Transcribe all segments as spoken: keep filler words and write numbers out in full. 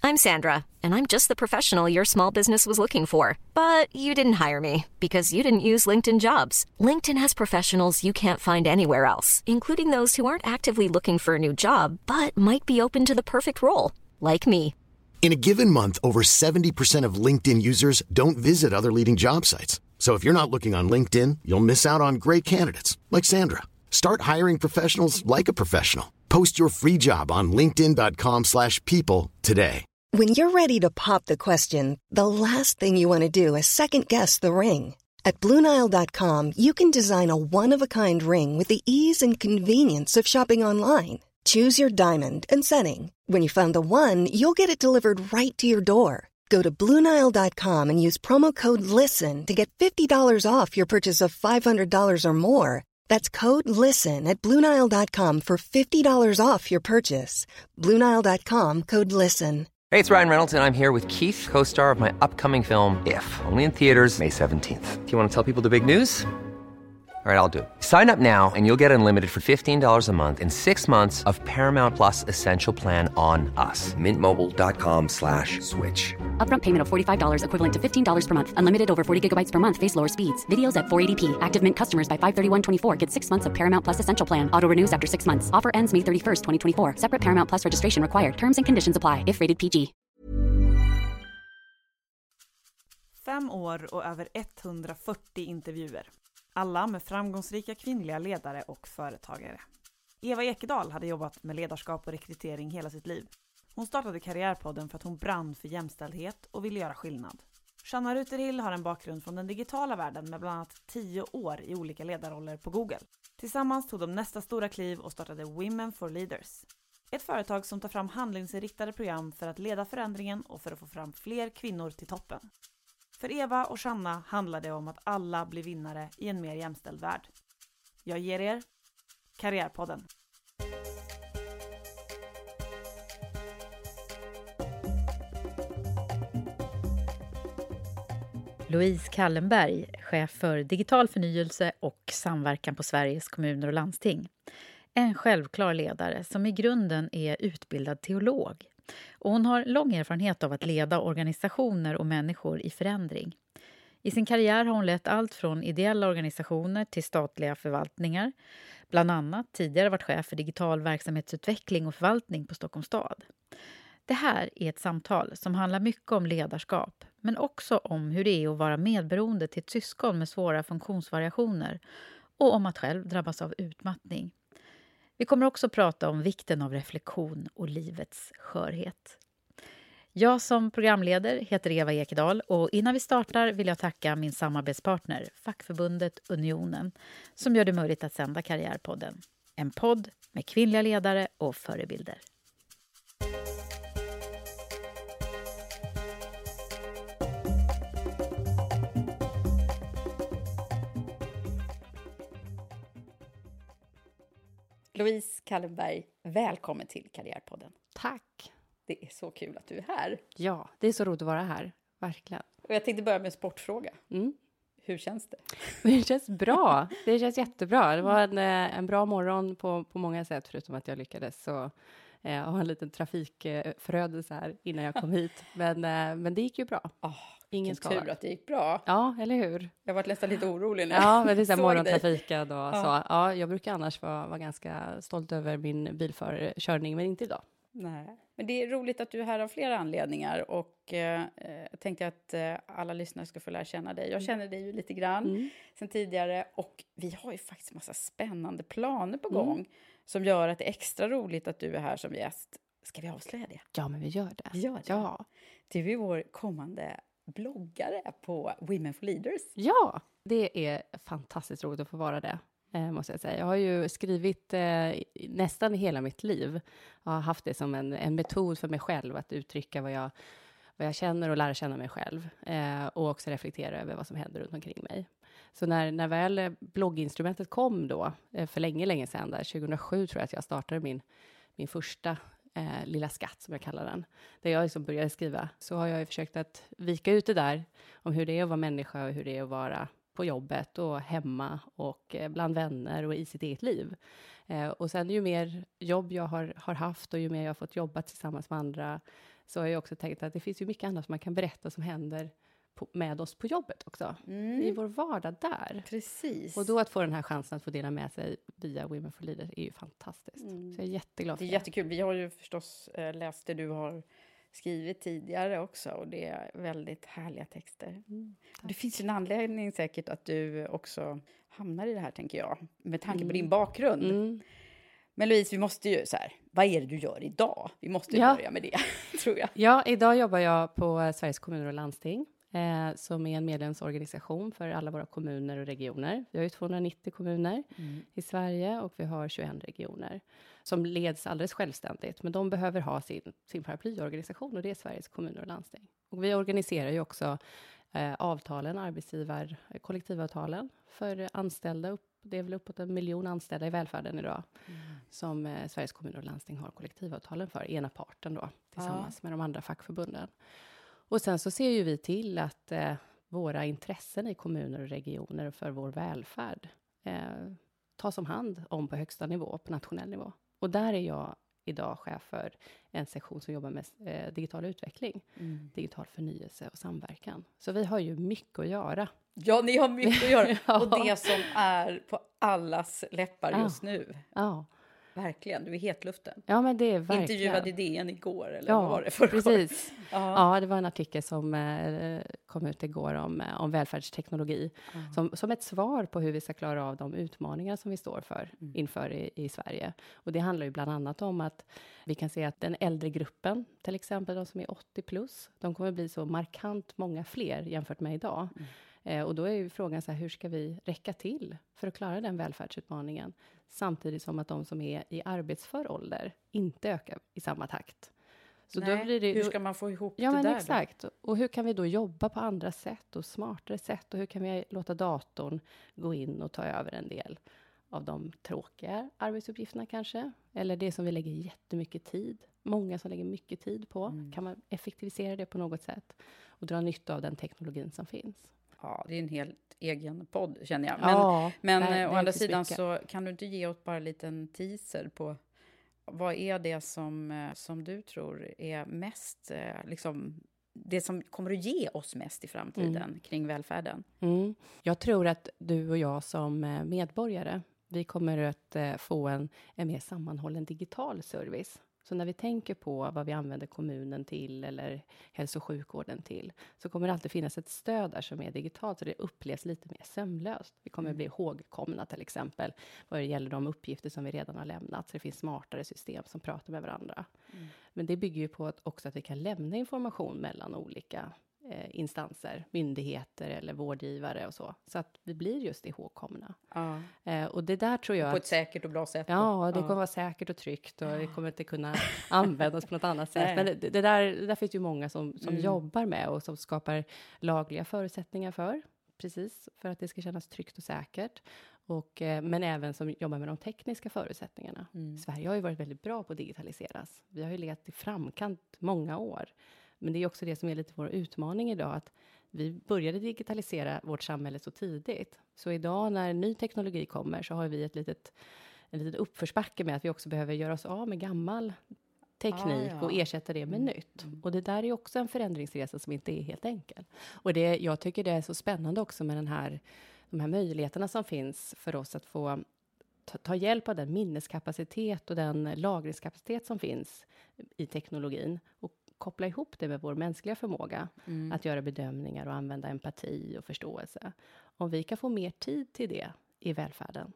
I'm Sandra, and I'm just the professional your small business was looking for. But you didn't hire me because you didn't use LinkedIn Jobs. LinkedIn has professionals you can't find anywhere else, including those who aren't actively looking for a new job, but might be open to the perfect role, like me. In a given month, over seventy percent of LinkedIn users don't visit other leading job sites. So if you're not looking on LinkedIn, you'll miss out on great candidates like Sandra. Start hiring professionals like a professional. Post your free job on linkedin dot com slash people today. When you're ready to pop the question, the last thing you want to do is second-guess the ring. At Blue Nile dot com, you can design a one-of-a-kind ring with the ease and convenience of shopping online. Choose your diamond and setting. When you find the one, you'll get it delivered right to your door. Go to Blue Nile dot com and use promo code LISTEN to get fifty dollars off your purchase of five hundred dollars or more. That's code LISTEN at Blue Nile dot com for fifty dollars off your purchase. Blue Nile dot com, code LISTEN. Hey, it's Ryan Reynolds, and I'm here with Keith, co-star of my upcoming film, If, only in theaters May seventeenth. Do you want to tell people the big news? All right, I'll do it. Sign up now and you'll get unlimited for fifteen dollars a month and six months of Paramount Plus Essential Plan on us. Mint Mobile dot com slash switch. Upfront payment of forty-five dollars equivalent to fifteen dollars per month. Unlimited over forty gigabytes per month. Face lower speeds. Videos at four eighty p. Active Mint customers by five thirty-one twenty-four get six months of Paramount Plus Essential Plan. Auto renews after six months. Offer ends May thirty-first, twenty twenty-four. Separate Paramount Plus registration required. Terms and conditions apply if rated P G. Fem år och över etthundrafyrtio intervjuer. Alla med framgångsrika kvinnliga ledare och företagare. Eva Ekedal hade jobbat med ledarskap och rekrytering hela sitt liv. Hon startade Karriärpodden för att hon brann för jämställdhet och ville göra skillnad. Shanna Ruterhill har en bakgrund från den digitala världen med bland annat tio år i olika ledarroller på Google. Tillsammans tog de nästa stora kliv och startade Women for Leaders. Ett företag som tar fram handlingsinriktade program för att leda förändringen och för att få fram fler kvinnor till toppen. För Eva och Shanna handlar det om att alla blir vinnare i en mer jämställd värld. Jag ger er Karriärpodden. Louise Kallenberg, chef för digital förnyelse och samverkan på Sveriges kommuner och landsting. En självklar ledare som i grunden är utbildad teolog. Och hon har lång erfarenhet av att leda organisationer och människor i förändring. I sin karriär har hon lett allt från ideella organisationer till statliga förvaltningar. Bland annat tidigare varit chef för digital verksamhetsutveckling och förvaltning på Stockholms stad. Det här är ett samtal som handlar mycket om ledarskap, men också om hur det är att vara medberoende till ett syskon med svåra funktionsvariationer och om att själv drabbas av utmattning. Vi kommer också prata om vikten av reflektion och livets skörhet. Jag som programledare heter Eva Ekedal och innan vi startar vill jag tacka min samarbetspartner, fackförbundet Unionen, som gör det möjligt att sända Karriärpodden. En podd med kvinnliga ledare och förebilder. Louise Kallenberg, välkommen till Karriärpodden. Tack. Det är så kul att du är här. Ja, det är så roligt att vara här. Verkligen. Och jag tänkte börja med en sportfråga. Mm. Hur känns det? Det känns bra. Det känns jättebra. Det var en, en bra morgon på, på många sätt, förutom att jag lyckades så eh, ha en liten trafikförödelse här innan jag kom hit. Men, eh, men det gick ju bra. Oh, Ingen skada. Tur att det gick bra. Ja, eller hur? Jag var nästan lite orolig när Ja, men det är så här såg morgontrafiken och ja. så. Ja, jag brukar annars vara, vara ganska stolt över min bilkörning, men inte idag. Nej, men det är roligt att du är här av flera anledningar och eh, jag tänkte att eh, alla lyssnare ska få lära känna dig. Jag känner dig ju lite grann mm. sen tidigare och vi har ju faktiskt massa spännande planer på gång mm. som gör att det är extra roligt att du är här som gäst. Ska vi avslöja det? Ja, men vi gör det. Vi gör det. Ja. Du är vår kommande bloggare på Women for Leaders. Ja, det är fantastiskt roligt att få vara det. Eh, måste jag säga. Jag har ju skrivit eh, nästan hela mitt liv. Jag har haft det som en, en metod för mig själv att uttrycka vad jag, vad jag känner och lära känna mig själv. Eh, och också reflektera över vad som händer runt omkring mig. Så när, när väl blogginstrumentet kom då, eh, för länge, länge sedan, där tjugohundrasju tror jag att jag startade min, min första eh, lilla skatt som jag kallar den. Där jag liksom började skriva. Så har jag ju försökt att vika ut det där om hur det är att vara människa och hur det är att vara på jobbet och hemma och bland vänner och i sitt eget liv. Eh, och sen ju mer jobb jag har, har haft och ju mer jag har fått jobba tillsammans med andra så har jag också tänkt att det finns ju mycket annat som man kan berätta som händer på, med oss på jobbet också. Mm. I vår vardag där. Precis. Och då att få den här chansen att få dela med sig via Women for Leaders är ju fantastiskt. Mm. Så jag är jätteglad för Det det. är jättekul. Vi har ju förstås äh, läst det du har skrivit tidigare också. Och det är väldigt härliga texter. Mm. Det finns ju en anledning säkert att du också hamnar i det här, tänker jag. Med tanke mm. på din bakgrund. Mm. Men Louise, vi måste ju så här, vad är det du gör idag? Vi måste ju ja. börja med det, tror jag. Ja, idag jobbar jag på Sveriges kommuner och landsting. Eh, som är en medlemsorganisation för alla våra kommuner och regioner. Vi har ju tvåhundranittio kommuner mm. i Sverige och vi har tjugoett regioner. Som leds alldeles självständigt. Men de behöver ha sin, sin paraplyorganisation och det är Sveriges kommuner och landsting. Och vi organiserar ju också eh, avtalen, arbetsgivar, kollektivavtalen för anställda. Upp, det är väl uppåt en miljon anställda i välfärden idag. Mm. Som eh, Sveriges kommuner och landsting har kollektivavtalen för, ena parten då. Tillsammans ja. med de andra fackförbunden. Och sen så ser ju vi till att eh, våra intressen i kommuner och regioner och för vår välfärd eh, tas om hand om på högsta nivå, på nationell nivå. Och där är jag idag chef för en sektion som jobbar med eh, digital utveckling, mm. digital förnyelse och samverkan. Så vi har ju mycket att göra. Ja, ni har mycket att göra. ja. Och det som är på allas läppar ja. just nu. Ja. Verkligen, du är helt luften. Ja, men det är verkligen. Intervjuade i D N igår, eller ja, vad var det för precis. Ja, det var en artikel som eh, kom ut igår om, eh, om välfärdsteknologi. Uh-huh. Som, som ett svar på hur vi ska klara av de utmaningar som vi står för mm. inför i, i Sverige. Och det handlar ju bland annat om att vi kan se att den äldre gruppen, till exempel de som är åttio plus, de kommer bli så markant många fler jämfört med idag. Mm. Eh, och då är ju frågan så här, hur ska vi räcka till för att klara den välfärdsutmaningen? Samtidigt som att de som är i arbetsför ålder inte ökar i samma takt. Så Nej, då blir det, hur ska man få ihop ja, det men där? Exakt. Då? Och hur kan vi då jobba på andra sätt och smartare sätt? Och hur kan vi låta datorn gå in och ta över en del av de tråkiga arbetsuppgifterna kanske? Eller det som vi lägger jättemycket tid. Många som lägger mycket tid på. Mm. Kan man effektivisera det på något sätt? Och dra nytta av den teknologin som finns. Ja, det är en helt egen podd, känner jag. Men, ja, men nej, å andra sidan mycket. så kan du inte ge oss bara en liten teaser på vad är det som, som du tror är mest, liksom, det som kommer att ge oss mest i framtiden mm. kring välfärden? Mm. Jag tror att du och jag som medborgare, vi kommer att få en, en mer sammanhållen digital service. Så när vi tänker på vad vi använder kommunen till eller hälso- och sjukvården till, så kommer det alltid finnas ett stöd där som är digitalt, så det upplevs lite mer sömlöst. Vi kommer att bli ihågkomna till exempel vad det gäller de uppgifter som vi redan har lämnat, så det finns smartare system som pratar med varandra. Mm. Men det bygger ju på att också att vi kan lämna information mellan olika eh, instanser, myndigheter eller vårdgivare och så. Så att vi blir just ihågkomna. Ja. Eh, och det där tror jag... På ett att, säkert och bra sätt. Ja, det ja. kommer vara säkert och tryggt och det kommer inte kunna användas på något annat sätt. Men det, det, där, det där finns ju många som, som mm. jobbar med och som skapar lagliga förutsättningar för. Precis, för att det ska kännas tryggt och säkert. Och, eh, men även som jobbar med de tekniska förutsättningarna. Mm. Sverige har ju varit väldigt bra på att digitaliseras. Vi har ju legat i framkant många år. Men det är också det som är lite vår utmaning idag, att vi började digitalisera vårt samhälle så tidigt. Så idag när ny teknologi kommer så har vi ett litet, en litet uppförsbacke med att vi också behöver göra oss av med gammal teknik ah, ja. och ersätta det med mm. nytt. Och det där är också en förändringsresa som inte är helt enkel. Och det, jag tycker det är så spännande också med den här, de här möjligheterna som finns för oss att få ta, ta hjälp av den minneskapacitet och den lagringskapacitet som finns i teknologin och koppla ihop det med vår mänskliga förmåga mm. att göra bedömningar och använda empati och förståelse. Om vi kan få mer tid till det i välfärden,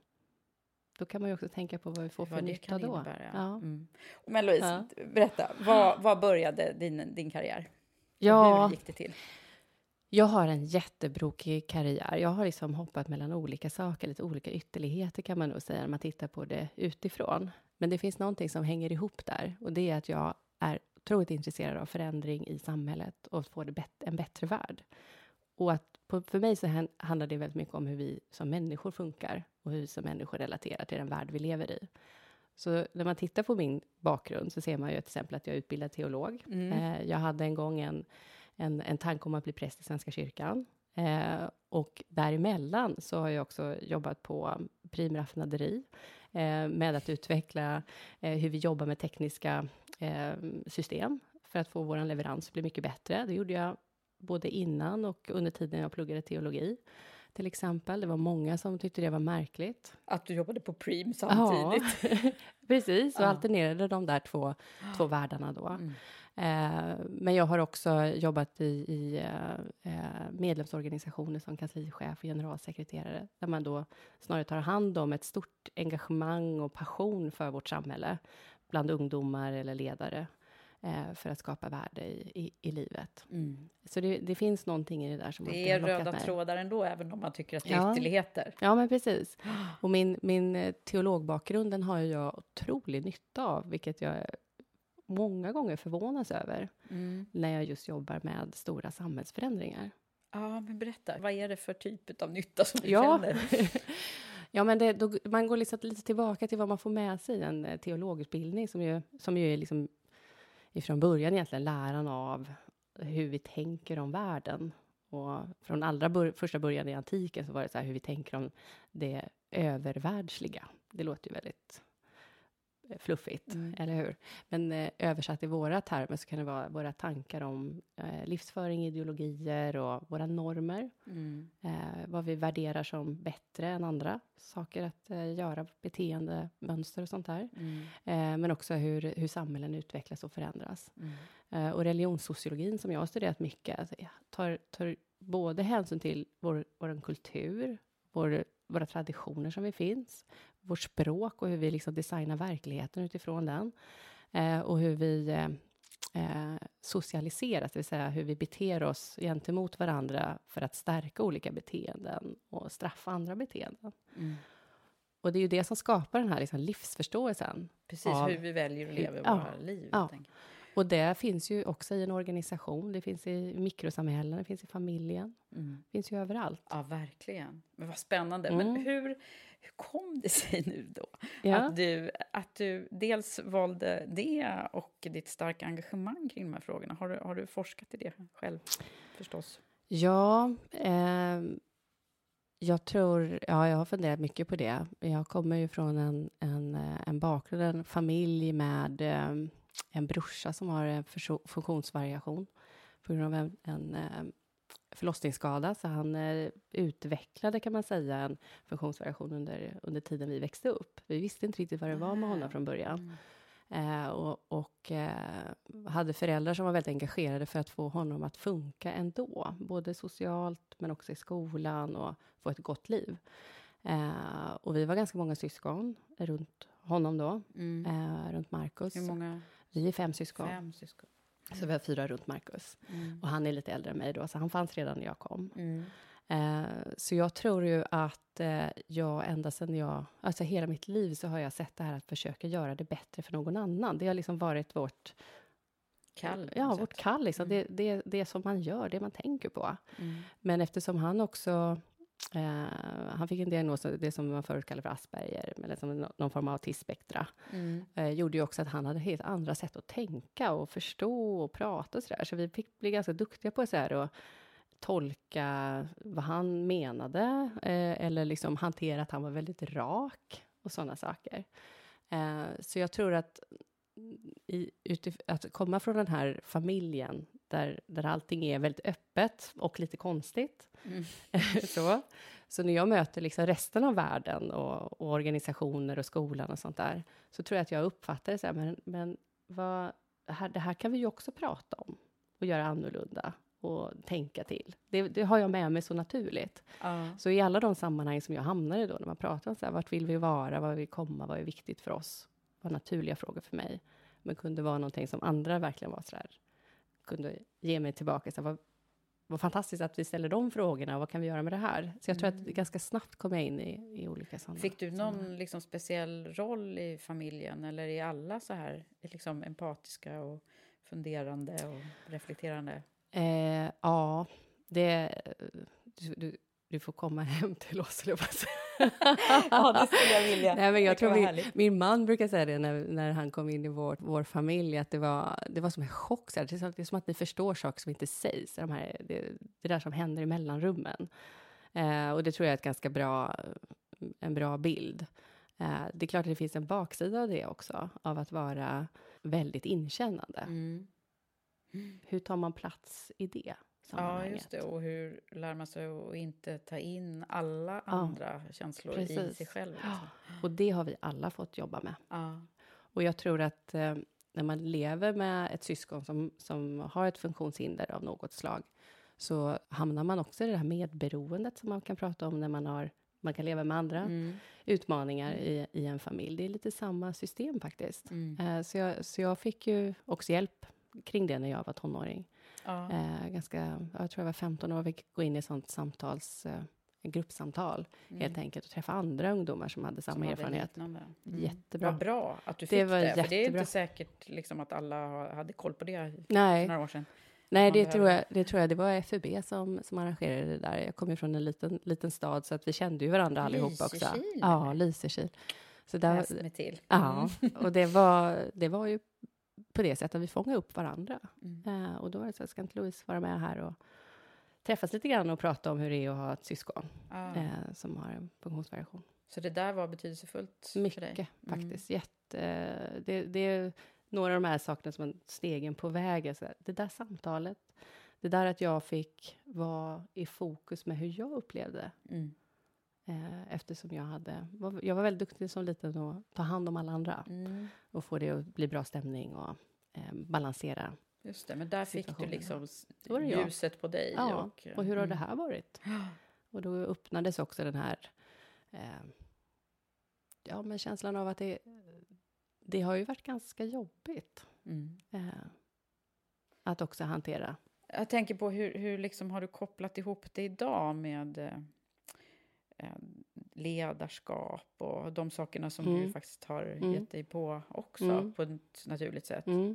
då kan man ju också tänka på vad vi får för vad nytta då. Innebära, ja. Ja. Mm. Men Louise, ja. berätta, vad, vad började din, din karriär? Ja, hur gick det till? Jag har en jättebrokig karriär. Jag har liksom hoppat mellan olika saker, lite olika ytterligheter kan man nog säga när man tittar på det utifrån. Men det finns någonting som hänger ihop där, och det är att jag är otroligt intresserad av förändring i samhället och att få det bet- en bättre värld. Och att på, för mig så handlar det väldigt mycket om hur vi som människor funkar och hur vi som människor relaterar till den värld vi lever i. Så när man tittar på min bakgrund så ser man ju till exempel att jag är utbildad teolog. Mm. Eh, jag hade en gång en, en, en tanke om att bli präst i Svenska kyrkan. Eh, och däremellan så har jag också jobbat på Prim raffinaderi eh, med att utveckla eh, hur vi jobbar med tekniska eh, system för att få vår leverans att bli mycket bättre. Det gjorde jag både innan och under tiden jag pluggade teologi. Till exempel. Det var många som tyckte det var märkligt. Att du jobbade på Preem samtidigt. Ja, precis. Och ja. alternerade de där två, två världarna då. Mm. Eh, men jag har också jobbat i, i eh, medlemsorganisationer som kanslichef och generalsekreterare. Där man då snarare tar hand om ett stort engagemang och passion för vårt samhälle. Bland ungdomar eller ledare. För att skapa värde i, i, i livet. Mm. Så det, det finns någonting i det där som det är röda mig. Trådar ändå, även om man tycker att det är ja. ytterligheter. Ja, men precis. Och min, min teologbakgrunden har jag otrolig nytta av, vilket jag många gånger förvånas över mm. när jag just jobbar med stora samhällsförändringar. Ja, men berätta. Vad är det för typ av nytta som du ja. känner? Ja, men det, då, man går liksom lite tillbaka till vad man får med sig i en teologutbildning som ju, som ju är liksom ifrån början egentligen läran av hur vi tänker om världen. Och från allra bör- första början i antiken så var det så här hur vi tänker om det övervärldsliga. Det låter ju väldigt fluffigt, mm. eller hur? Men eh, översatt i våra termer så kan det vara våra tankar om eh, livsföring, ideologier och våra normer. Mm. Eh, vad vi värderar som bättre än andra saker att eh, göra, beteende, mönster och sånt där. Mm. Eh, men också hur, hur samhällen utvecklas och förändras. Mm. Eh, och religionssociologin som jag har studerat mycket alltså, tar, tar både hänsyn till vår, vår kultur, vår våra traditioner som vi finns, vårt språk och hur vi liksom designar verkligheten utifrån den. Eh, och hur vi eh, socialiseras, det vill säga hur vi beter oss gentemot varandra för att stärka olika beteenden och straffa andra beteenden. Mm. Och det är ju det som skapar den här liksom livsförståelsen. Precis, av, hur vi väljer att leva ja, våra liv. Ja. Och det finns ju också i en organisation. Det finns i mikrosamhällen, det finns i familjen. Mm. Det finns ju överallt. Ja, verkligen. Men vad spännande. Mm. Men hur, hur kom det sig nu då? Ja. Att, du, att du dels valde det och ditt starka engagemang kring de här frågorna. Har du, har du forskat i det själv förstås? Ja, eh, jag tror... Ja, jag har funderat mycket på det. Jag kommer ju från en, en, en bakgrund, en familj med... Eh, en brorsa som har en funktionsvariation på grund av en, en förlossningsskada. Så han utvecklade, kan man säga, en funktionsvariation under, under tiden vi växte upp. Vi visste inte riktigt vad det var med honom från början. Mm. Eh, och och eh, hade föräldrar som var väldigt engagerade för att få honom att funka ändå. Både socialt men också i skolan och få ett gott liv. Eh, och vi var ganska många syskon runt honom då. Mm. Eh, runt Marcus. Hur många? Vi är fem syskon. Fem syskon. Mm. Så vi har fyra runt Marcus. Mm. Och han är lite äldre än mig då. Så han fanns redan när jag kom. Mm. Eh, så jag tror ju att eh, jag ända sedan jag... Alltså hela mitt liv så har jag sett det här att försöka göra det bättre för någon annan. Det har liksom varit vårt... Kall. Ja, vårt kall. Liksom. Mm. Det, det, det som man gör, det man tänker på. Mm. Men eftersom han också... Uh, han fick en diagnos, det som man förut kallade för Asperger, eller som någon form av autismspektra. Mm. Uh, gjorde ju också att han hade helt andra sätt att tänka och förstå och prata och sådär. Så vi fick bli ganska duktiga på så här och tolka vad han menade, uh, eller liksom hantera att han var väldigt rak och sådana saker. Uh, så jag tror att i, utif- att komma från den här familjen där, där allting är väldigt öppet och lite konstigt. Mm. så, så när jag möter liksom resten av världen och, och organisationer och skolan och sånt där, så tror jag att jag uppfattar det så här, men, men vad, det, här, det här kan vi ju också prata om och göra annorlunda och tänka till. Det, det har jag med mig så naturligt. Uh. Så i alla de sammanhang som jag hamnar i då, när man pratar om så här, vart vill vi vara, vad vill vi komma, vad är viktigt för oss, var naturliga frågor för mig, men kunde vara någonting som andra verkligen var så här, kunde ge mig tillbaka. Så vad, vad fantastiskt att vi ställer de frågorna. Vad kan vi göra med det här? Så jag tror mm. att ganska snabbt kom jag in i, i olika sådana. Fick du någon liksom speciell roll i familjen? Eller är alla så här liksom empatiska och funderande och reflekterande? Eh, ja, det... Du, du, du får komma hem till oss. Eller vad ja, det skulle jag vilja. Nej, men jag tror min, min man brukar säga det när, när han kom in i vår, vår familj, att det var, det var som en chock. Så här. Det, är som, det är som att ni förstår saker som inte sägs. De här, det, det där som händer i mellanrummen. Eh, och det tror jag är ett ganska bra, en bra bild. Eh, det är klart att det finns en baksida av det också. Av att vara väldigt inkännande. Mm. hur tar man plats i det Ja, just det. Och hur lär man sig att inte ta in alla Ja, andra känslor precis. i sig själv? Liksom. Och det har vi alla fått jobba med. Ja. Och jag tror att eh, när man lever med ett syskon som, som har ett funktionshinder av något slag, så hamnar man också i det här medberoendet som man kan prata om när man har, man kan leva med andra Mm. utmaningar i, i en familj. Det är lite samma system faktiskt. Mm. Eh, så, jag, så jag fick ju också hjälp kring det när jag var tonåring. Ja. Eh, ganska, jag tror jag var femton år och fick gå in i ett sånt samtals, eh, gruppsamtal Mm. helt enkelt och träffa andra ungdomar som hade samma Som hade erfarenhet. liknande. Mm. Jättebra. Vad bra att du Det fick det. var För det är jättebra. inte säkert liksom, att alla hade koll på det för Nej, några år sedan. nej Man det, behöver- tror jag, det tror jag. Det var F U B som, som arrangerade det där. Jag kom ju från en liten, liten stad så att vi kände ju varandra allihopa också. Lysekil, Ja, eller? Lysekil. Så där, Läs mig till. ja, och det var, det var ju på det sättet att vi fångade upp varandra. Mm. Eh, och då var det så att ska inte Louise vara med här och träffas lite grann och prata om hur det är att ha ett syskon Ja. eh, som har en funktionsvariation. Så det där var betydelsefullt för Mycket dig? faktiskt. Jätte, det, det är några av de här sakerna som är stegen på vägen. Så det där samtalet, det där att jag fick vara i fokus med hur jag upplevde. Mm. Eh, eftersom jag hade, var, jag var väldigt duktig som liten att ta hand om alla andra. Mm. Och få det att bli bra stämning och eh, balansera. Just det, men där fick du Situationen. liksom s- Då var det jag. ljuset på dig. Ja, och, och hur har det mm. här varit? Och då öppnades också den här eh, ja, men känslan av att det, det har ju varit ganska jobbigt Mm. eh, att också hantera. Jag tänker på hur, hur liksom har du kopplat ihop det idag med eh, eh, ledarskap och de sakerna som Mm. du faktiskt har Mm. gett dig på också Mm. på ett naturligt sätt. Mm.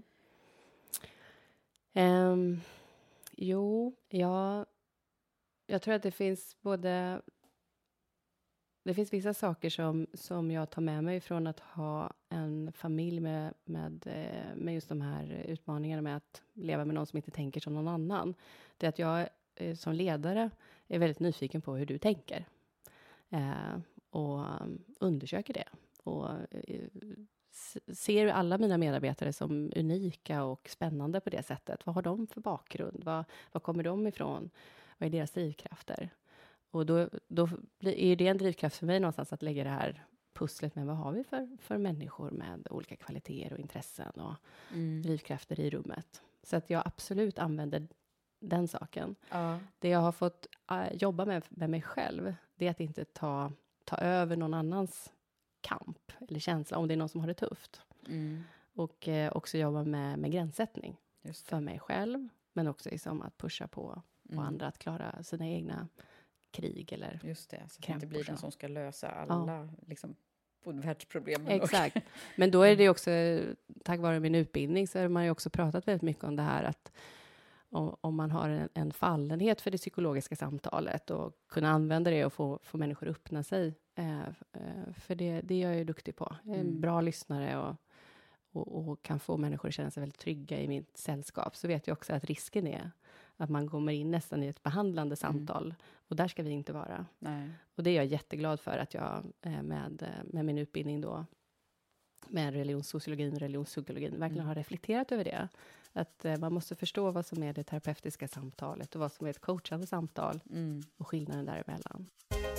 Ehm, jo, ja, jag tror att det finns både... Det finns vissa saker som, som jag tar med mig från att ha en familj med, med, eh, med just de här utmaningarna med att leva med någon som inte tänker som någon annan. Det är att jag eh, som ledare är väldigt nyfiken på hur du tänker. Eh, och um, undersöker det. Och eh, s- ser alla mina medarbetare som unika och spännande på det sättet. Vad har de för bakgrund? Vad, vad kommer de ifrån? Vad är deras drivkrafter? Och då, då blir, är det en drivkraft för mig någonstans att lägga det här pusslet med vad har vi för, för människor med olika kvaliteter och intressen och Mm. drivkrafter i rummet. Så att jag absolut använder den saken. Ja. Det jag har fått uh, jobba med, med mig själv, det är att inte ta, ta över någon annans kamp eller känsla om det är någon som har det tufft. Mm. Och eh, också jobba med, med gränssättning Just det. för mig själv, men också liksom att pusha på, på Mm. andra att klara sina egna krig eller... Just det, så att det Krämpor inte blir den så. som ska lösa alla liksom, världsproblemen. Exakt. Men då är det också, tack vare min utbildning, så har man ju också pratat väldigt mycket om det här att om, om man har en, en fallenhet för det psykologiska samtalet och kunna använda det och få, få människor att öppna sig. Eh, eh, för det, det är jag ju duktig på. Jag är en Mm. bra lyssnare och, och, och kan få människor att känna sig väldigt trygga i mitt sällskap. Så vet jag också att risken är att man kommer in nästan i ett behandlande samtal. Och där ska vi inte vara. Nej. Och det är jag jätteglad för att jag eh, med, eh, med min utbildning då med religionssociologin och religionspsykologin verkligen Mm. har reflekterat över det. Att eh, man måste förstå vad som är det terapeutiska samtalet och vad som är ett coachande samtal Mm. och skillnaden däremellan.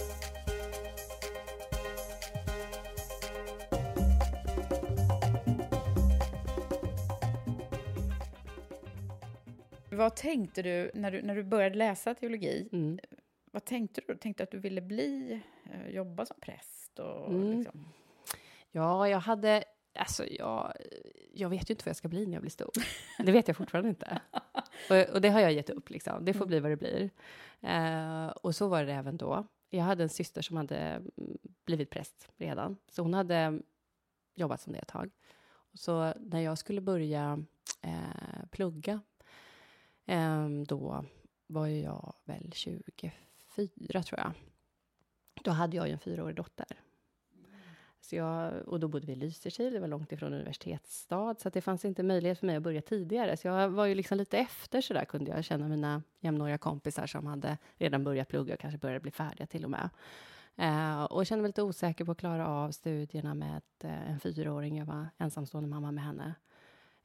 Vad tänkte du när, du när du började läsa teologi? Mm. Vad tänkte du? Tänkte du att du ville bli, eh, jobba som präst? Och, Mm. liksom. Ja, jag hade... Alltså, jag, jag vet ju inte vad jag ska bli när jag blir stor. Det vet jag fortfarande inte. Och, och det har jag gett upp, liksom. Det får bli vad det blir. Eh, och så var det även då. Jag hade en syster som hade mm, blivit präst redan. Så hon hade jobbat som det ett tag. Så när jag skulle börja eh, plugga, eh, då var ju jag väl tjugofyra, tror jag. Då hade jag ju en fyraårig dotter. Så jag, och då bodde vi i Lysekil, det var långt ifrån universitetsstad. Så att det fanns inte möjlighet för mig att börja tidigare. Så jag var ju liksom lite efter så där, kunde jag känna mina jämnåriga kompisar som hade redan börjat plugga och kanske började bli färdiga till och med. Eh, och kände mig lite osäker på att klara av studierna med ett, eh, en fyraåring. Jag var ensamstående mamma med henne.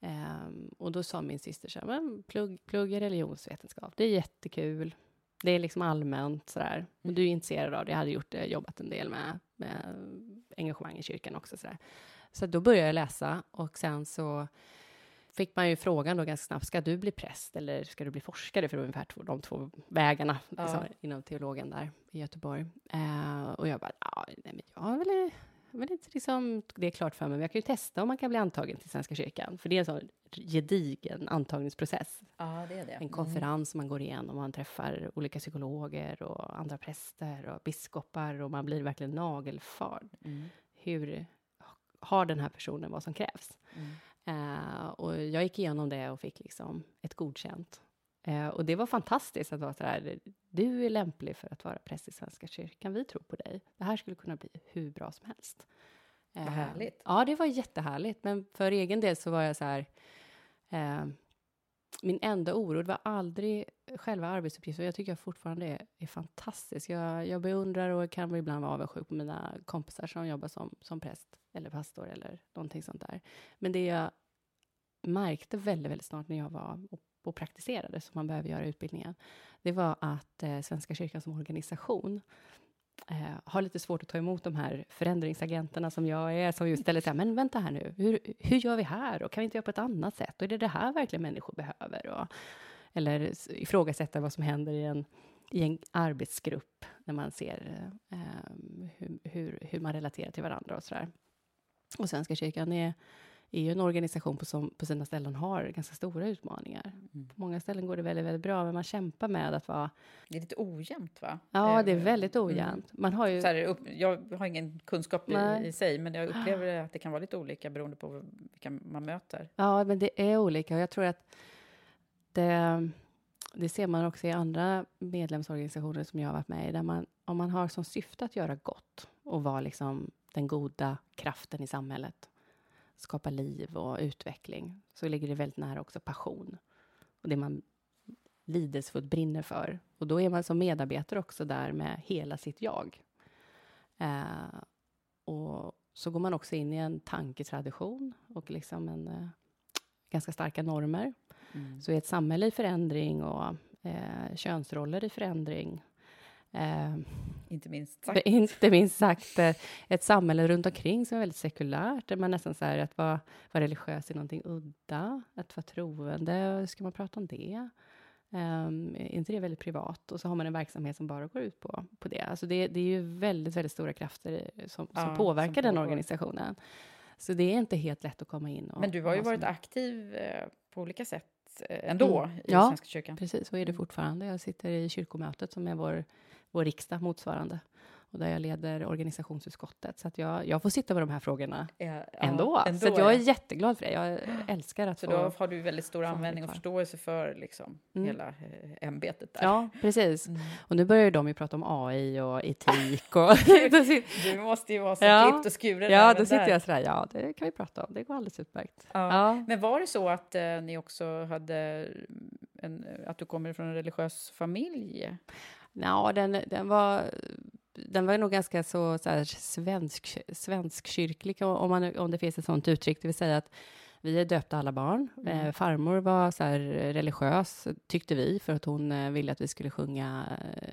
Um, och då sa min syster så här, men plugg, plugga religionsvetenskap, det är jättekul. Det är liksom allmänt sådär. Och du är intresserad av det. Jag hade gjort det, jobbat en del med, med engagemang i kyrkan också. Sådär. Så då började jag läsa. Och sen så fick man ju frågan då ganska snabbt. Ska du bli präst eller ska du bli forskare? För det var ungefär två, de två vägarna ja. liksom, inom teologen där i Göteborg. Uh, och jag bara, ja, nej men jag vill, jag vill inte liksom, det är klart för mig. Men jag kan ju testa om man kan bli antagen till Svenska kyrkan. För det är en sån gedigen antagningsprocess. Ja, det är det. En konferens som man går igenom. Man träffar olika psykologer och andra präster och biskopar. Och man blir verkligen nagelfard. Mm. Hur har den här personen vad som krävs? Mm. Uh, och jag gick igenom det och fick liksom ett godkänt. Uh, och det var fantastiskt att vara så här, du är lämplig för att vara präst i Svenska kyrkan. Vi tror på dig. Det här skulle kunna bli hur bra som helst. Vad uh, härligt. Ja, det var jättehärligt. Men för egen del så var jag så här, uh, min enda oro var aldrig själva arbetsuppgifter. Jag tycker jag fortfarande är, är fantastisk. Jag, jag beundrar och kan ibland vara avundsjuk på mina kompisar som jobbar som, som präst eller pastor eller någonting sånt där. Men det jag märkte väldigt, väldigt snart när jag var och, och praktiserade, som man behöver göra utbildningen, det var att eh, Svenska kyrkan som organisation eh, har lite svårt att ta emot de här förändringsagenterna som jag är, som just ställer sig, men vänta här nu, hur, hur gör vi här? Och kan vi inte göra på ett annat sätt? Och är det det här verkligen människor behöver? Och, eller ifrågasätta vad som händer i en, i en arbetsgrupp när man ser eh, hur, hur, hur man relaterar till varandra och sådär. Och Svenska kyrkan är, är ju en organisation på, som på sina ställen har ganska stora utmaningar. Mm. På många ställen går det väldigt, väldigt bra, men man kämpar med att vara... Det är lite ojämnt, va? Ja, det är väldigt ojämnt. Man har ju... Så här, upp, jag har ingen kunskap i, i sig, men jag upplever att det kan vara lite olika beroende på vilka man möter. Ja, men det är olika. Och jag tror att det, det ser man också i andra medlemsorganisationer som jag har varit med i, där man, om man har som syfte att göra gott och vara liksom den goda kraften i samhället, skapa liv och utveckling, så ligger det väldigt nära också passion och det man lidelsefullt brinner för. Och då är man som medarbetare också där med hela sitt jag. Eh, och så går man också in i en tanketradition och liksom en eh, ganska starka normer. Mm. Så är ett samhälle i förändring och eh, könsroller i förändring. Eh, inte minst sagt. Inte minst sagt eh, ett samhälle runt omkring som är väldigt sekulärt, där man nästan så här, att vara, vara religiös är någonting udda, att vara troende, ska man prata om det? Um, är inte det väldigt privat? Och så har man en verksamhet som bara går ut på, på det. Alltså det, det är ju väldigt, väldigt stora krafter som, ja, som påverkar som den organisationen. Så det är inte helt lätt att komma in. Och, men du har ju varit som... aktiv eh, på olika sätt ändå mm. i ja, Svenska kyrkan. Precis, så är det fortfarande. Jag sitter i kyrkomötet som är vår, vår riksdag motsvarande. Och där jag leder organisationsutskottet. Så att jag, jag får sitta med de här frågorna ja, ändå. Ja, ändå. Så att jag är jätteglad för det. Jag älskar att så få... Så då har du väldigt stor användning och förståelse för liksom, mm. hela eh, ämbetet där. Ja, precis. Mm. Och nu börjar de ju prata om A I och etik. Och du måste ju vara så ja. klippt och skuren. Ja, då sitter där. Jag sådär, ja, det kan vi prata om. Det går alldeles utmärkt. Ja. Ja. Men var det så att eh, ni också hade... En, att du kommer från en religiös familj? Ja, den, den var... Den var nog ganska så, så här, svensk, svenskkyrklig, om, man, om det finns ett sånt uttryck. Det vill säga att vi är döpta alla barn. Mm. Eh, farmor var så här religiös, tyckte vi, för att hon eh, ville att vi skulle sjunga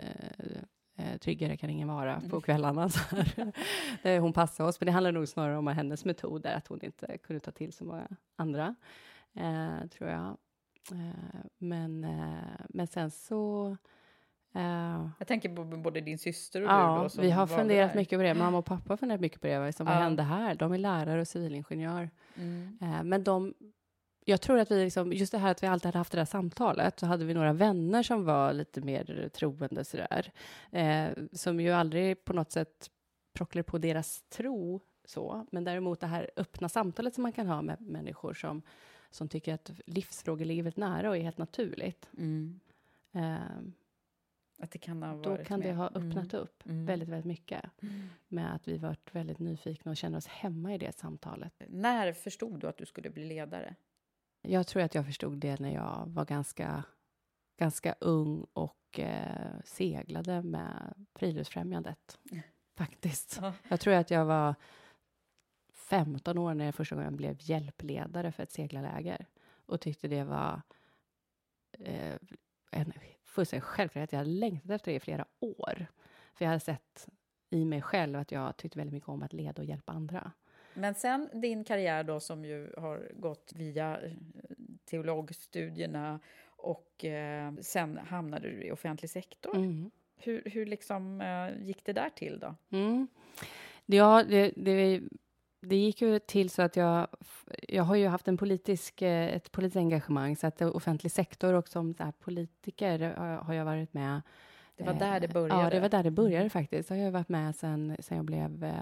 eh, Tryggare kan ingen vara mm. på kvällarna. Så här. Hon passade oss, men det handlar nog snarare om hennes metoder, att hon inte kunde ta till så många andra, eh, tror jag. Eh, men, eh, men sen så... Uh, jag tänker på både din syster och ja, du. Då, som vi har funderat där. mycket på det. Mamma och pappa har funderat mycket på det. Vad, som uh. vad hände här? De är lärare och civilingenjör. Mm. Uh, men de... Jag tror att vi liksom... Just det här att vi alltid hade haft det där samtalet. Så hade vi några vänner som var lite mer troende sådär. Uh, som ju aldrig på något sätt procklar på deras tro. Så. Men däremot det här öppna samtalet som man kan ha med människor som, som tycker att livsfrågor ligger väldigt nära och är helt naturligt. Mm. Uh, Att det kan ha då kan med. det ha öppnat mm. upp mm. väldigt, väldigt mycket. Mm. Med att vi varit väldigt nyfikna och känner oss hemma i det samtalet. När förstod du att du skulle bli ledare? Jag tror att jag förstod det när jag var ganska, ganska ung och eh, seglade med Friluftsfrämjandet. Mm. Faktiskt. Ja. Jag tror att jag var femton år när jag första gången blev hjälpledare för ett seglarläger. Och tyckte det var eh, en fullständig självklarhet. Jag hade längtat efter det i flera år. För jag hade sett i mig själv att jag tyckte väldigt mycket om att leda och hjälpa andra. Men sen din karriär då som ju har gått via teologstudierna och eh, sen hamnade du i offentlig sektor. Mm. Hur, hur liksom eh, gick det där till då? Mm. Ja, det, det, det gick ju till så att jag, jag har ju haft en politisk, ett politiskt engagemang, så att offentlig sektor och som så här politiker har jag varit med. Det var där det började? Ja, det var där det började faktiskt. Så har jag varit med sen, sen jag blev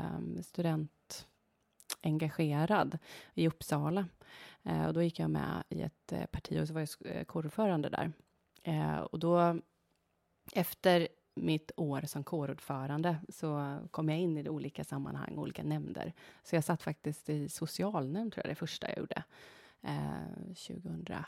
studentengagerad i Uppsala. Och då gick jag med i ett parti och så var jag kårordförande där. Och då, efter mitt år som kårordförande, så kom jag in i olika sammanhang, olika nämnder. Så jag satt faktiskt i socialnämnd, tror jag det första jag gjorde. Eh, tjugohundraåtta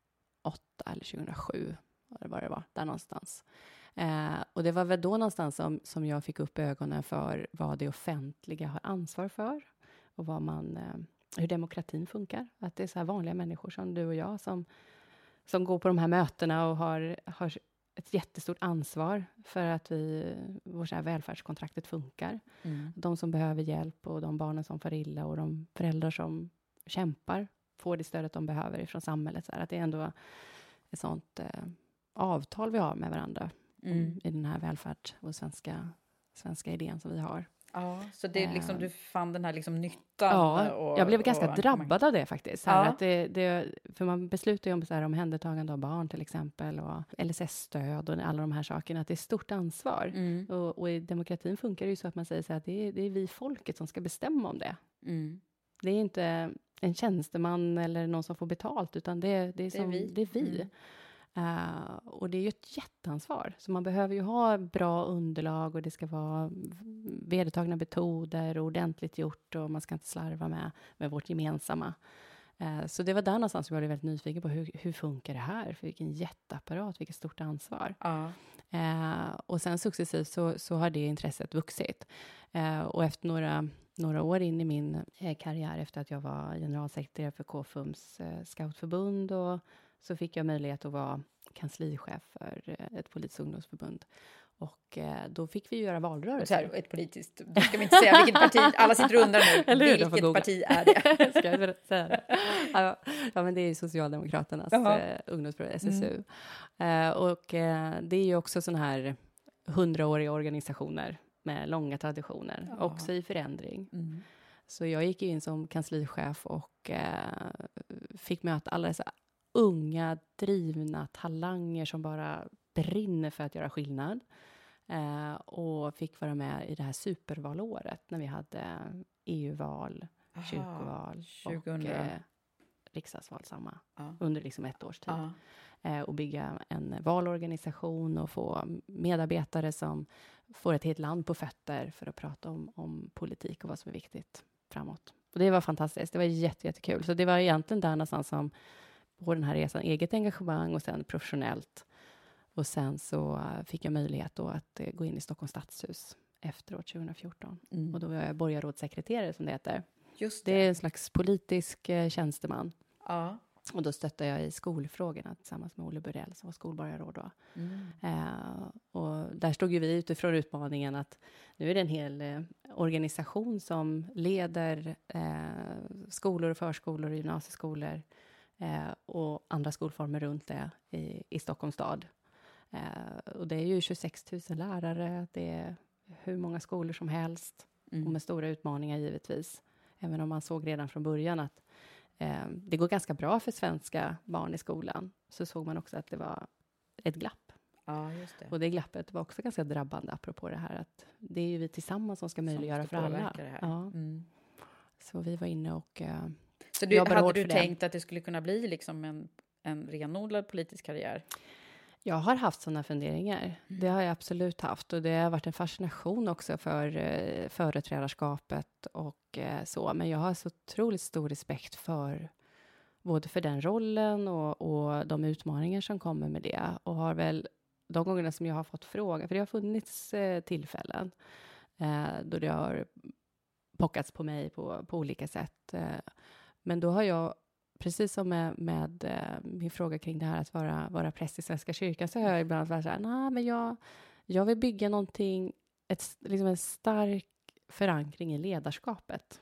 eller tjugohundrasju, vad det var, där någonstans. Eh, och det var väl då någonstans som, som jag fick upp ögonen för vad det offentliga har ansvar för. Och vad man, eh, hur demokratin funkar. Att det är så här vanliga människor som du och jag som, som går på de här mötena och har... har ett jättestort ansvar för att vi, vårt så här välfärdskontraktet funkar. Mm. De som behöver hjälp och de barnen som får illa och de föräldrar som kämpar får det stödet de behöver ifrån samhället. Så här, att det är ändå ett sånt eh, avtal vi har med varandra mm. i den här välfärd och svenska, svenska idén som vi har. Ja, så det liksom, du fann den här liksom nyttan. Ja, och, jag blev ganska och, drabbad av det faktiskt. Här, ja. att det, det, för man beslutar ju om så här, omhändertagande av barn till exempel. Och L S S-stöd och alla de här sakerna. Att det är stort ansvar. Mm. Och, och i demokratin funkar det ju så att man säger så här, att det är, det är vi folket som ska bestämma om det. Mm. Det är inte en tjänsteman eller någon som får betalt. Utan det, det, är, som, det är vi. Det är vi. Mm. Uh, och det är ju ett jätteansvar. Så man behöver ju ha bra underlag och det ska vara vedertagna metoder och ordentligt gjort och man ska inte slarva med, med vårt gemensamma. Uh, så det var där någonstans som jag blev väldigt nyfiken på hur, hur funkar det här? För vilken jätteapparat, vilket stort ansvar. Uh. Uh, och sen successivt så, så har det intresset vuxit. Uh, och efter några, några år in i min eh, karriär efter att jag var generalsekreterare för K F U M:s eh, scoutförbund och så fick jag möjlighet att vara kanslichef för ett politiskt ungdomsförbund. Och eh, då fick vi göra valrörelser. Så här, ett politiskt, då ska vi inte säga vilket parti, alla sitter och undrar nu, eller vilket hur, parti är det? Ska jag säga det? Ja, ja, men det är ju Socialdemokraternas eh, ungdomsförbund, S S U. Mm. Eh, och eh, det är ju också sån här hundraåriga organisationer med långa traditioner, ja. Också i förändring. Mm. Så jag gick in som kanslichef och eh, fick möta alla dessa unga, drivna talanger som bara brinner för att göra skillnad. Eh, och fick vara med i det här supervalåret när vi hade E U-val, aha, kyrkoval tjugohundra och eh, riksdagsval samma. Ja. Under liksom ett års tid. Eh, och bygga en valorganisation och få medarbetare som får ett helt land på fötter för att prata om, om politik och vad som är viktigt framåt. Och det var fantastiskt. Det var jätte, jättekul. Så det var egentligen där någonstans som på den här resan eget engagemang och sen professionellt. Och sen så fick jag möjlighet då att uh, gå in i Stockholms stadshus efteråt tjugo fjorton. Mm. Och då var jag borgarrådssekreterare som det heter. Just det. Det är en slags politisk uh, tjänsteman. Ja. Och då stöttade jag i skolfrågorna tillsammans med Olle Burell som var skolborgarråd då. Mm. Uh, och där stod ju vi utifrån utmaningen att nu är det en hel uh, organisation som leder uh, skolor och förskolor och gymnasieskolor Eh, och andra skolformer runt det i, i Stockholms stad. Eh, och det är ju tjugosex tusen lärare, det är hur många skolor som helst mm. och med stora utmaningar givetvis. Även om man såg redan från början att eh, det går ganska bra för svenska barn i skolan, så såg man också att det var ett glapp. Ja, just det. Och det glappet var också ganska drabbande apropå det här att det är ju vi tillsammans som ska möjliggöra som ska för alla. Det här. Ja. Mm. Så vi var inne och eh, Så du, hade du tänkt att det skulle kunna bli liksom en, en renodlad politisk karriär? Jag har haft sådana funderingar. Mm. Det har jag absolut haft. Och det har varit en fascination också för eh, företrädarskapet och eh, så. Men jag har så otroligt stor respekt för både för den rollen och, och de utmaningar som kommer med det. Och har väl de gångerna som jag har fått fråga, för det har funnits eh, tillfällen eh, då det har pockats på mig på, på olika sätt. Men då har jag, precis som med, med min fråga kring det här att vara, vara präst i Svenska kyrkan, så har jag ibland varit så här, nej, men jag, jag vill bygga någonting, ett, liksom en stark förankring i ledarskapet.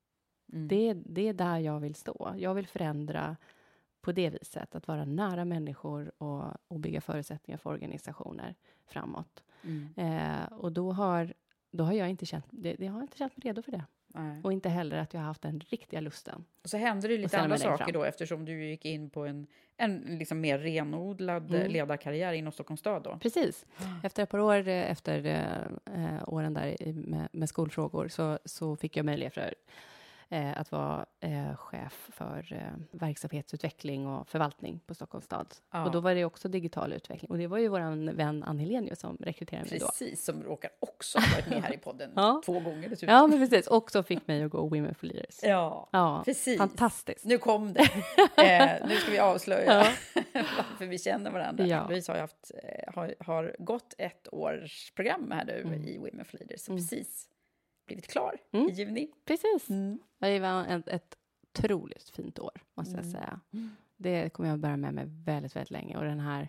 Mm. Det, det är där jag vill stå. Jag vill förändra på det viset, att vara nära människor och, och bygga förutsättningar för organisationer framåt. Mm. Eh, och då har, då har jag inte känt, det, jag har inte känt mig redo för det. Nej. Och inte heller att jag har haft den riktiga lusten. Och så hände det lite andra saker då, eftersom du gick in på en, en liksom mer renodlad mm. ledarkarriär inom Stockholms stad då. Precis. Efter ett par år, efter eh, åren där med, med skolfrågor, så, så fick jag möjlighet för eh, att vara eh, chef för eh, verksamhetsutveckling och förvaltning på Stockholms stad. Ja. Och då var det också digital utveckling. Och det var ju vår vän Ann Helenius som rekryterade mig då. Precis, som råkar också ha varit med här i podden ja. två gånger dessutom. Ja, men precis. Och så fick mig att gå Women for Leaders. Ja, ja, precis. Fantastiskt. Nu kom det. eh, nu ska vi avslöja ja. varför vi känner varandra. Ja. Vi har, haft, har, har gått ett års program här nu mm. i Women for Leaders. Så mm. precis blivit klar mm. i juni. Precis. Mm. Det var ett, ett otroligt fint år, måste mm. jag säga. Mm. Det kommer jag bära med mig väldigt, väldigt länge. Och den här,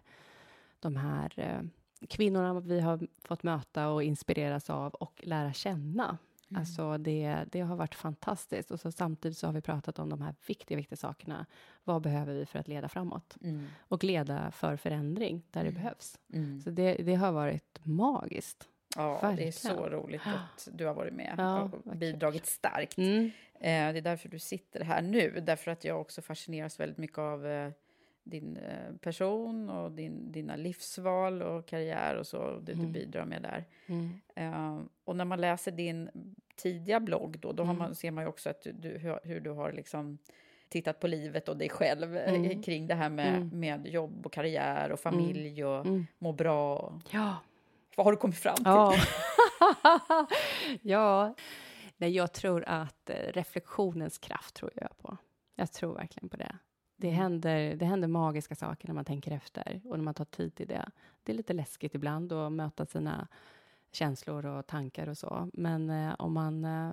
de här eh, kvinnorna vi har fått möta och inspireras av och lära känna. Mm. Alltså det, det har varit fantastiskt. Och så samtidigt så har vi pratat om de här viktiga, viktiga sakerna. Vad behöver vi för att leda framåt? Mm. Och leda för förändring där mm. det behövs. Mm. Så det, det har varit magiskt. Ja, verkligen. Det är så roligt att du har varit med ja, och bidragit starkt. Mm. Eh, det är därför du sitter här nu. Därför att jag också fascineras väldigt mycket av eh, din eh, person och din, dina livsval och karriär och så. Det mm. du bidrar med där. Mm. Eh, och när man läser din tidiga blogg då, då har man, ser man ju också att du, du, hur, hur du har liksom tittat på livet och dig själv mm. eh, kring det här med, mm. med jobb och karriär och familj och mm. må bra. Ja. Vad har du kommit fram till? Ja, ja. Nej, jag tror att reflektionens kraft tror jag på. Jag tror verkligen på det. Det, mm. händer, det händer magiska saker när man tänker efter och när man tar tid till det. Det är lite läskigt ibland att möta sina känslor och tankar och så. Men eh, om, man, eh,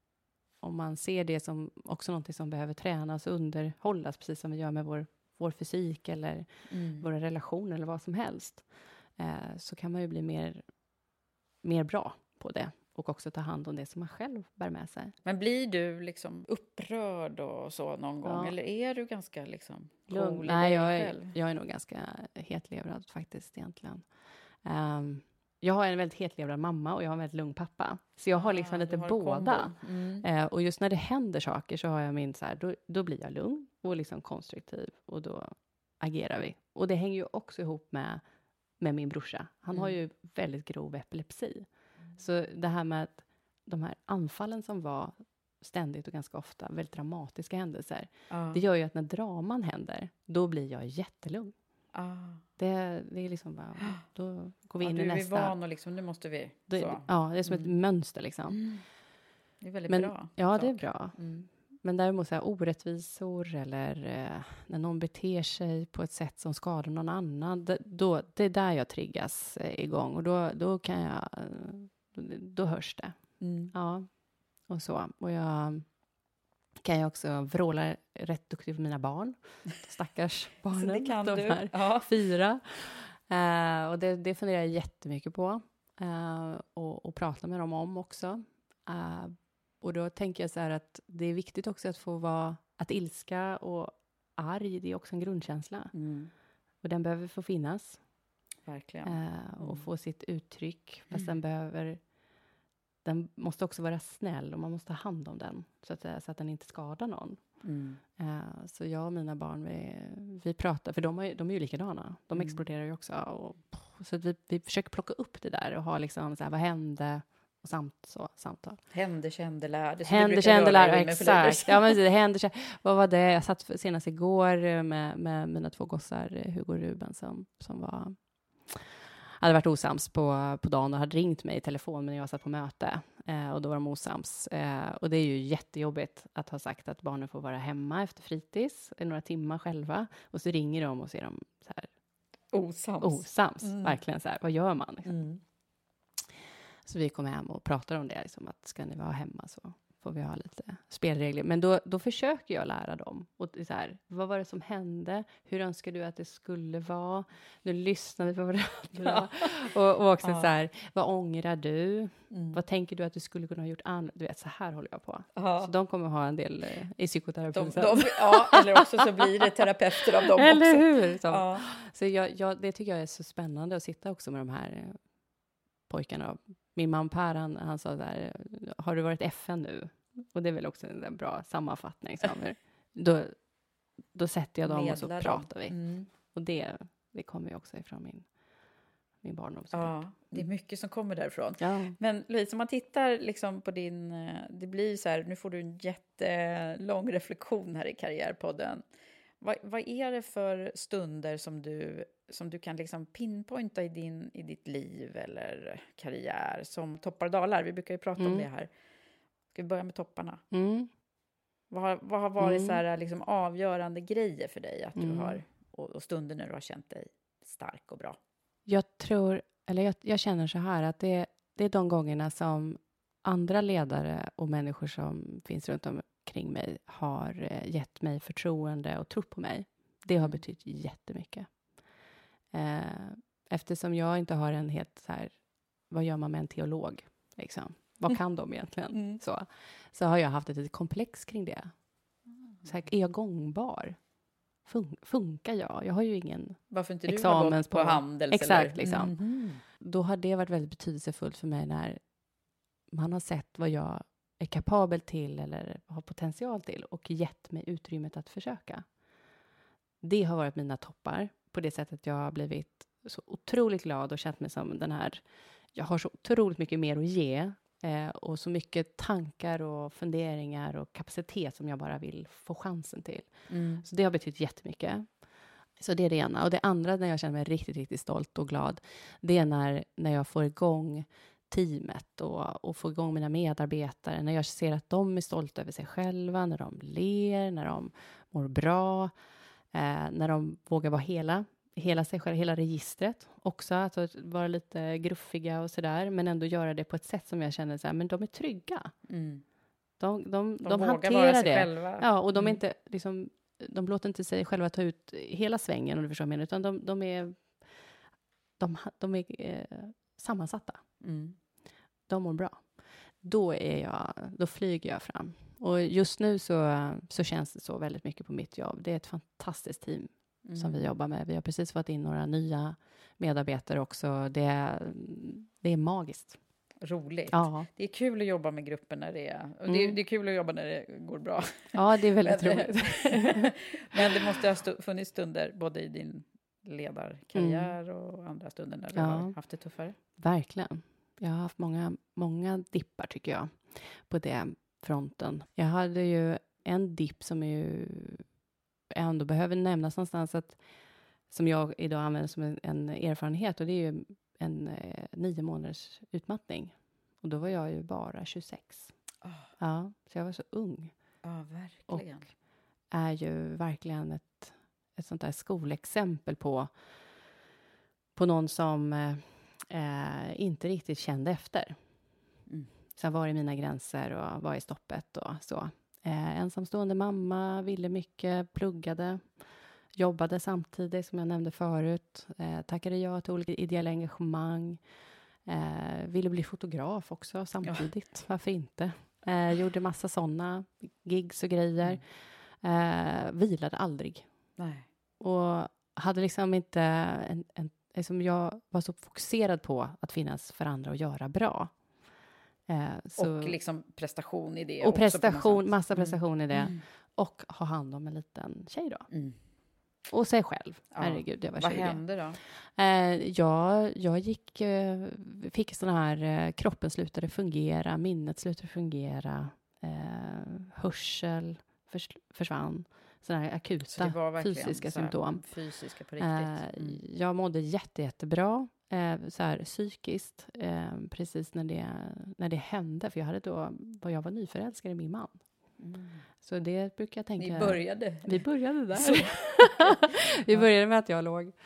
om man ser det som också något som behöver tränas och underhållas, precis som vi gör med vår, vår fysik eller mm. våra relationer eller vad som helst, eh, så kan man ju bli mer, mer bra på det. Och också ta hand om det som man själv bär med sig. Men blir du liksom upprörd och så någon gång? Ja. Eller är du ganska liksom cool? Nej, jag är, jag är nog ganska hetlevrad faktiskt egentligen. Um, jag har en väldigt hetlevrad mamma och jag har en väldigt lugn pappa. Så jag har liksom ah, lite har båda. Mm. Uh, och just när det händer saker så har jag min så här, då, då blir jag lugn och liksom konstruktiv. Och då agerar vi. Och det hänger ju också ihop med, med min brorsa. Han mm. har ju väldigt grov epilepsi. Så det här med att de här anfallen som var ständigt och ganska ofta, väldigt dramatiska händelser. Uh. Det gör ju att när draman händer, då blir jag jättelugn. Uh. Det, det är liksom bara, då går vi in ja, i nästa. Du är van och liksom, nu måste vi. Det, ja, det är som mm. ett mönster liksom. Mm. Det är väldigt Men, bra. Ja, sak. det är bra. Mm. Men däremot så här, orättvisor eller eh, när någon beter sig på ett sätt som skadar någon annan. Det, då, det är där jag triggas eh, igång. Och då, då kan jag... Då hörs det. Mm. Ja. Och så. Och jag kan ju också vråla rätt duktigt för mina barn. Stackars barnen. Så det kan de du. Här ja. Fyra. Uh, och det, det funderar jag jättemycket på. Uh, och, och prata med dem om också. Uh, och då tänker jag så här att det är viktigt också att få vara... Att ilska och arg, det är också en grundkänsla. Mm. Och den behöver få finnas. Verkligen. Uh, och mm. få sitt uttryck. Fast mm. den behöver... Den måste också vara snäll och man måste ha hand om den. Så att, så att den inte skadar någon. Mm. Uh, så jag och mina barn, vi, vi pratar. För de är, de är ju likadana. De mm. exploderar ju också. Och, så att vi, vi försöker plocka upp det där. Och ha liksom så här, vad hände? Och samt, så, samtal. Hände, kände, lärde. Hände, kände, lärde. Exakt. Ja, men det hände, kände. Vad var det? Jag satt senast igår med, med mina två gossar. Hugo och Ruben som, som var... hade varit osams på, på dagen och hade ringt mig i telefon men jag satt på möte eh, och då var de osams. Eh, och det är ju jättejobbigt att ha sagt att barnen får vara hemma efter fritids i några timmar själva och så ringer de och ser dem så här osams. Osams, mm. verkligen så här. Vad gör man? Liksom? Mm. Så vi kom hem och pratade om det, liksom, att ska ni vara hemma så får vi ha lite spelregler. Men då, då försöker jag lära dem. Och det är så här, vad var det som hände? Hur önskar du att det skulle vara? Nu lyssnar vi på varandra. och, och också ja. så här, vad ångrar du? Mm. Vad tänker du att du skulle kunna ha gjort annat? Du vet, så här håller jag på. Ja. Så de kommer ha en del eh, i psykoterapin. De, de, ja, eller också så blir det terapeuter av dem eller också. Eller hur? Så, ja. så jag, jag, det tycker jag är så spännande att sitta också med de här eh, pojkarna. Min man Per, han, han sa där, har du varit F N nu? Och det är väl också en bra sammanfattning. Så då, då sätter jag dem Medlar och så pratar vi. Mm. Och det, det kommer ju också ifrån min, min barndom. Ja, det är mycket som kommer därifrån. Ja. Men Louise, om man tittar liksom på din... Det blir så här, nu får du en jättelång reflektion här i Karriärpodden. Vad, vad är det för stunder som du, som du kan liksom pinpointa i, din, i ditt liv eller karriär som toppar och dalar? Vi brukar ju prata mm. om det här. Ska vi börja med topparna? Mm. Vad, har, vad har varit mm. så här, liksom, avgörande grejer för dig att du mm. har, och, och stunder när du har känt dig stark och bra? Jag tror, eller jag, jag känner så här att det, det är de gångerna som andra ledare och människor som finns runt omkring mig har gett mig förtroende och trott på mig. Det har betytt jättemycket. Eh, eftersom jag inte har en helt så här, vad gör man med en teolog? Liksom? Vad kan de egentligen? Mm. Så, så har jag haft ett litet komplex kring det. Så här, är jag gångbar? Fun- funkar jag? Jag har ju ingen Varför inte du examens har gått på, på handels? Exakt, eller? liksom. Mm-hmm. Då har det varit väldigt betydelsefullt för mig när man har sett vad jag är kapabel till eller har potential till och gett mig utrymmet att försöka. Det har varit mina toppar på det sättet jag har blivit så otroligt glad och känt mig som den här, jag har så otroligt mycket mer att ge eh, och så mycket tankar och funderingar och kapacitet som jag bara vill få chansen till. Mm. Så det har betytt jättemycket. Så det är det ena. Och det andra när jag känner mig riktigt, riktigt stolt och glad, det är när, när jag får igång teamet och, och får igång mina medarbetare. När jag ser att de är stolta över sig själva, när de ler, när de mår bra, eh, när de vågar vara hela, hela sig själva, hela registret. Också att vara lite gruffiga och sådär, men ändå göra det på ett sätt som jag känner så här, men de är trygga. Mm. De, de, de, de hanterar det. Själva. Ja, och de är mm. inte liksom, de låter inte sig själva ta ut hela svängen, om du förstår vad jag menar, utan de, de är de, de är eh, sammansatta. Mm. De mår bra. Då är jag, då flyger jag fram. Och just nu så, så känns det så väldigt mycket på mitt jobb. Det är ett fantastiskt team mm. som vi jobbar med. Vi har precis fått in några nya medarbetare också. Det är, det är magiskt. Roligt. Ja. Det är kul att jobba med grupper när det är... Och det, är, mm. det är kul att jobba när det går bra. Ja, det är väldigt men, roligt. Men det måste ha stu- funnits stunder både i din ledarkarriär mm. och andra stunder när du ja. har haft det tuffare. Verkligen. Jag har haft många, många dippar tycker jag på den fronten. Jag hade ju en dipp som ju ändå behöver nämnas någonstans, att, som jag idag använder som en, en erfarenhet, och det är ju en eh, nio månaders utmattning. Och då var jag ju bara tjugosex. Oh. Ja, så jag var så ung. Ja, verkligen. Och är ju verkligen ett, ett sånt där skolexempel på, på någon som eh, inte riktigt kände efter. Mm. Så var i mina gränser och var i stoppet och så. Eh, ensamstående mamma, ville mycket, pluggade, jobbade samtidigt som jag nämnde förut. Eh, tackade ja till olika ideella engagemang. Eh, ville bli fotograf också samtidigt. Ja. Varför inte? Eh, gjorde massa sådana gigs och grejer. Mm. Eh, vilade aldrig. Nej. Och hade liksom inte en, en, liksom jag var så fokuserad på att finnas för andra och göra bra. Eh, så, och liksom prestation i det. Och prestation, massa prestation mm. i det. Mm. Och ha hand om en liten tjej då. Mm. Och sig själv. Ja. Herregud, jag var Vad tjugo. hände då? Eh, jag, jag gick, eh, fick sån här, eh, kroppen slutade fungera, minnet slutade fungera, eh, hörsel förs, försvann. Sådana här akuta fysiska symptom. Fysiska på riktigt. Eh, mm. Jag mådde jätte, jättebra. Eh, så här, psykiskt. Eh, precis när det, när det hände. För jag hade då, jag var nyförälskad i min man. Mm. Så det brukar jag tänka. Ni började. Vi började där. Vi började med att jag låg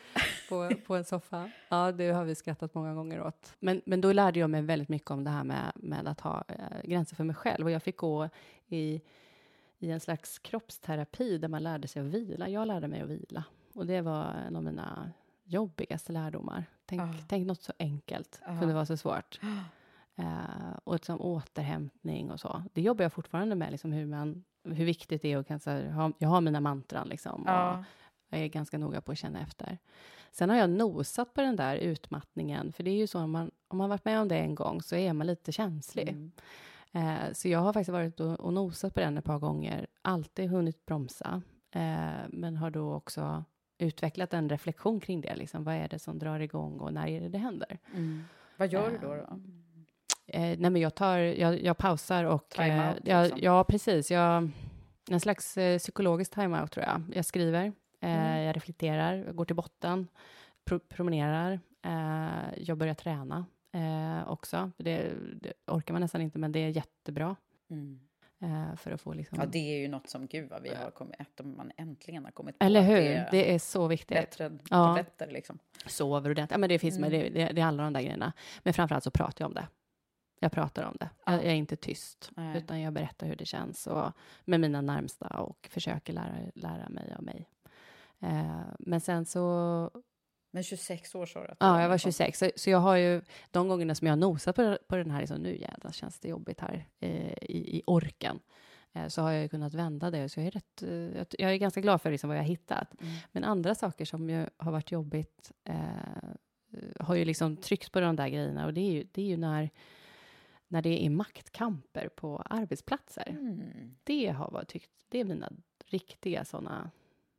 på, på en soffa. Ja, det har vi skrattat många gånger åt. Men, men då lärde jag mig väldigt mycket om det här med, med att ha äh, gränser för mig själv. Och jag fick gå i, i en slags kroppsterapi där man lärde sig att vila. Jag lärde mig att vila. Och det var en av mina jobbigaste lärdomar. Tänk, Ah. tänk något så enkelt. Ah. Kunde vara så svårt. Uh, och som återhämtning och så. Det jobbar jag fortfarande med. Liksom hur, man, hur viktigt det är att kanske ha, jag har mina mantran liksom. Ja. Och jag är ganska noga på att känna efter. Sen har jag nosat på den där utmattningen. För det är ju så, om man, om man varit med om det en gång så är man lite känslig. Mm. Uh, så jag har faktiskt varit och, och nosat på den ett par gånger. Alltid hunnit bromsa. Uh, men har då också utvecklat en reflektion kring det. Liksom. Vad är det som drar igång och när är det det händer? Mm. Vad gör Uh, du då? då? Eh, nej men jag tar, jag, jag pausar och Time eh, out, jag, liksom. ja precis, jag, en slags eh, psykologisk timeout tror jag. Jag skriver, eh, Mm. jag reflekterar, jag går till botten, pro, promenerar, eh, jag börjar träna eh, också. Det, det orkar man nästan inte, men det är jättebra Mm. eh, för att få liksom... Ja, det är ju något som gud vad vi har kommit, att man äntligen har kommit på. Eller att hur? Det är Det är så viktigt. bättre än Ja. tabletter liksom. Sover ordentligt. Ja, men det finns med, Mm. det, det, det är alla de där grejerna. Men framförallt så pratar jag om det. Jag pratar om det. Ja. Jag, jag är inte tyst. Nej. Utan jag berättar hur det känns. Och, med mina närmsta. Och försöker lära, lära mig av mig. Eh, men sen så... Men tjugosex år sa du att Ja, jag var tjugosex. Så, så jag har ju... De gångerna som jag har nosat på, på den här... Liksom, nu jävlar känns det jobbigt här. Eh, i, I orken. Eh, så har jag ju kunnat vända det. Så jag är, rätt, eh, jag, jag är ganska glad för liksom, vad jag har hittat. Mm. Men andra saker som ju har varit jobbigt... Eh, har ju liksom tryckt på de där grejerna. Och det är ju, det är ju när... När det är maktkamper på arbetsplatser. Mm. Det har varit tyckt, det är mina riktiga sådana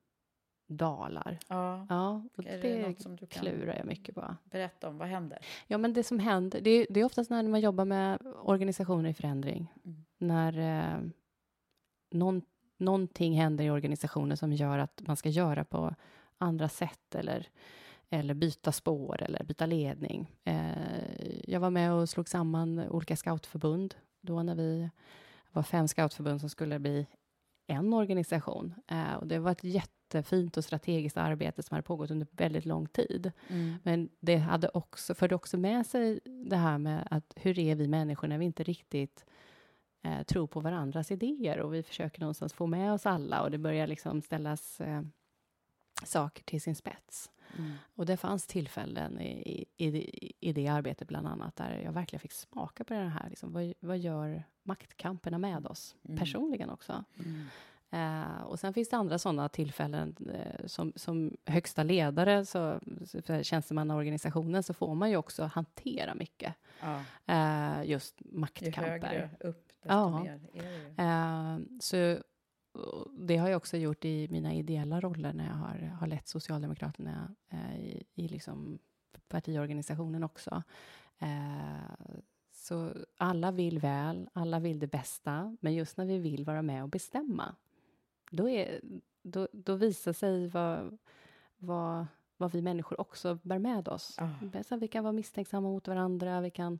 dalar. Ja. Ja, och Är det det, något som du kan klurar jag mycket på. berätta om? Vad händer? Ja, men det som händer, det är, det är oftast när man jobbar med organisationer i förändring. Mm. När eh, någon, någonting händer i organisationen som gör att man ska göra på andra sätt eller eller byta spår eller byta ledning. Eh, jag var med och slog samman olika scoutförbund. Då när vi var fem scoutförbund som skulle bli en organisation. Eh, och det var ett jättefint och strategiskt arbete som hade pågått under väldigt lång tid. Mm. Men det hade också, förde också med sig det här med att hur är vi människor när vi inte riktigt eh, tror på varandras idéer. Och vi försöker någonstans få med oss alla. Och det börjar liksom ställas eh, saker till sin spets. Mm. Och det fanns tillfällen i, i, i, i det arbetet bland annat där jag verkligen fick smaka på det här. Liksom, vad, vad gör maktkamperna med oss? Mm. Personligen också. Mm. Eh, och sen finns det andra sådana tillfällen eh, som, som högsta ledare så, för tjänstemannaorganisationen så får man ju också hantera mycket. Ja. Eh, just Ju maktkamper. högre upp, desto Ja. mer är det ju. Eh, så och det har jag också gjort i mina ideella roller när jag har, har lett Socialdemokraterna eh, i, i liksom partiorganisationen också. Eh, så alla vill väl, alla vill det bästa, men just när vi vill vara med och bestämma, då, är, då, då visar sig vad, vad, vad vi människor också bär med oss. Ah. Så vi kan vara misstänksamma mot varandra, vi kan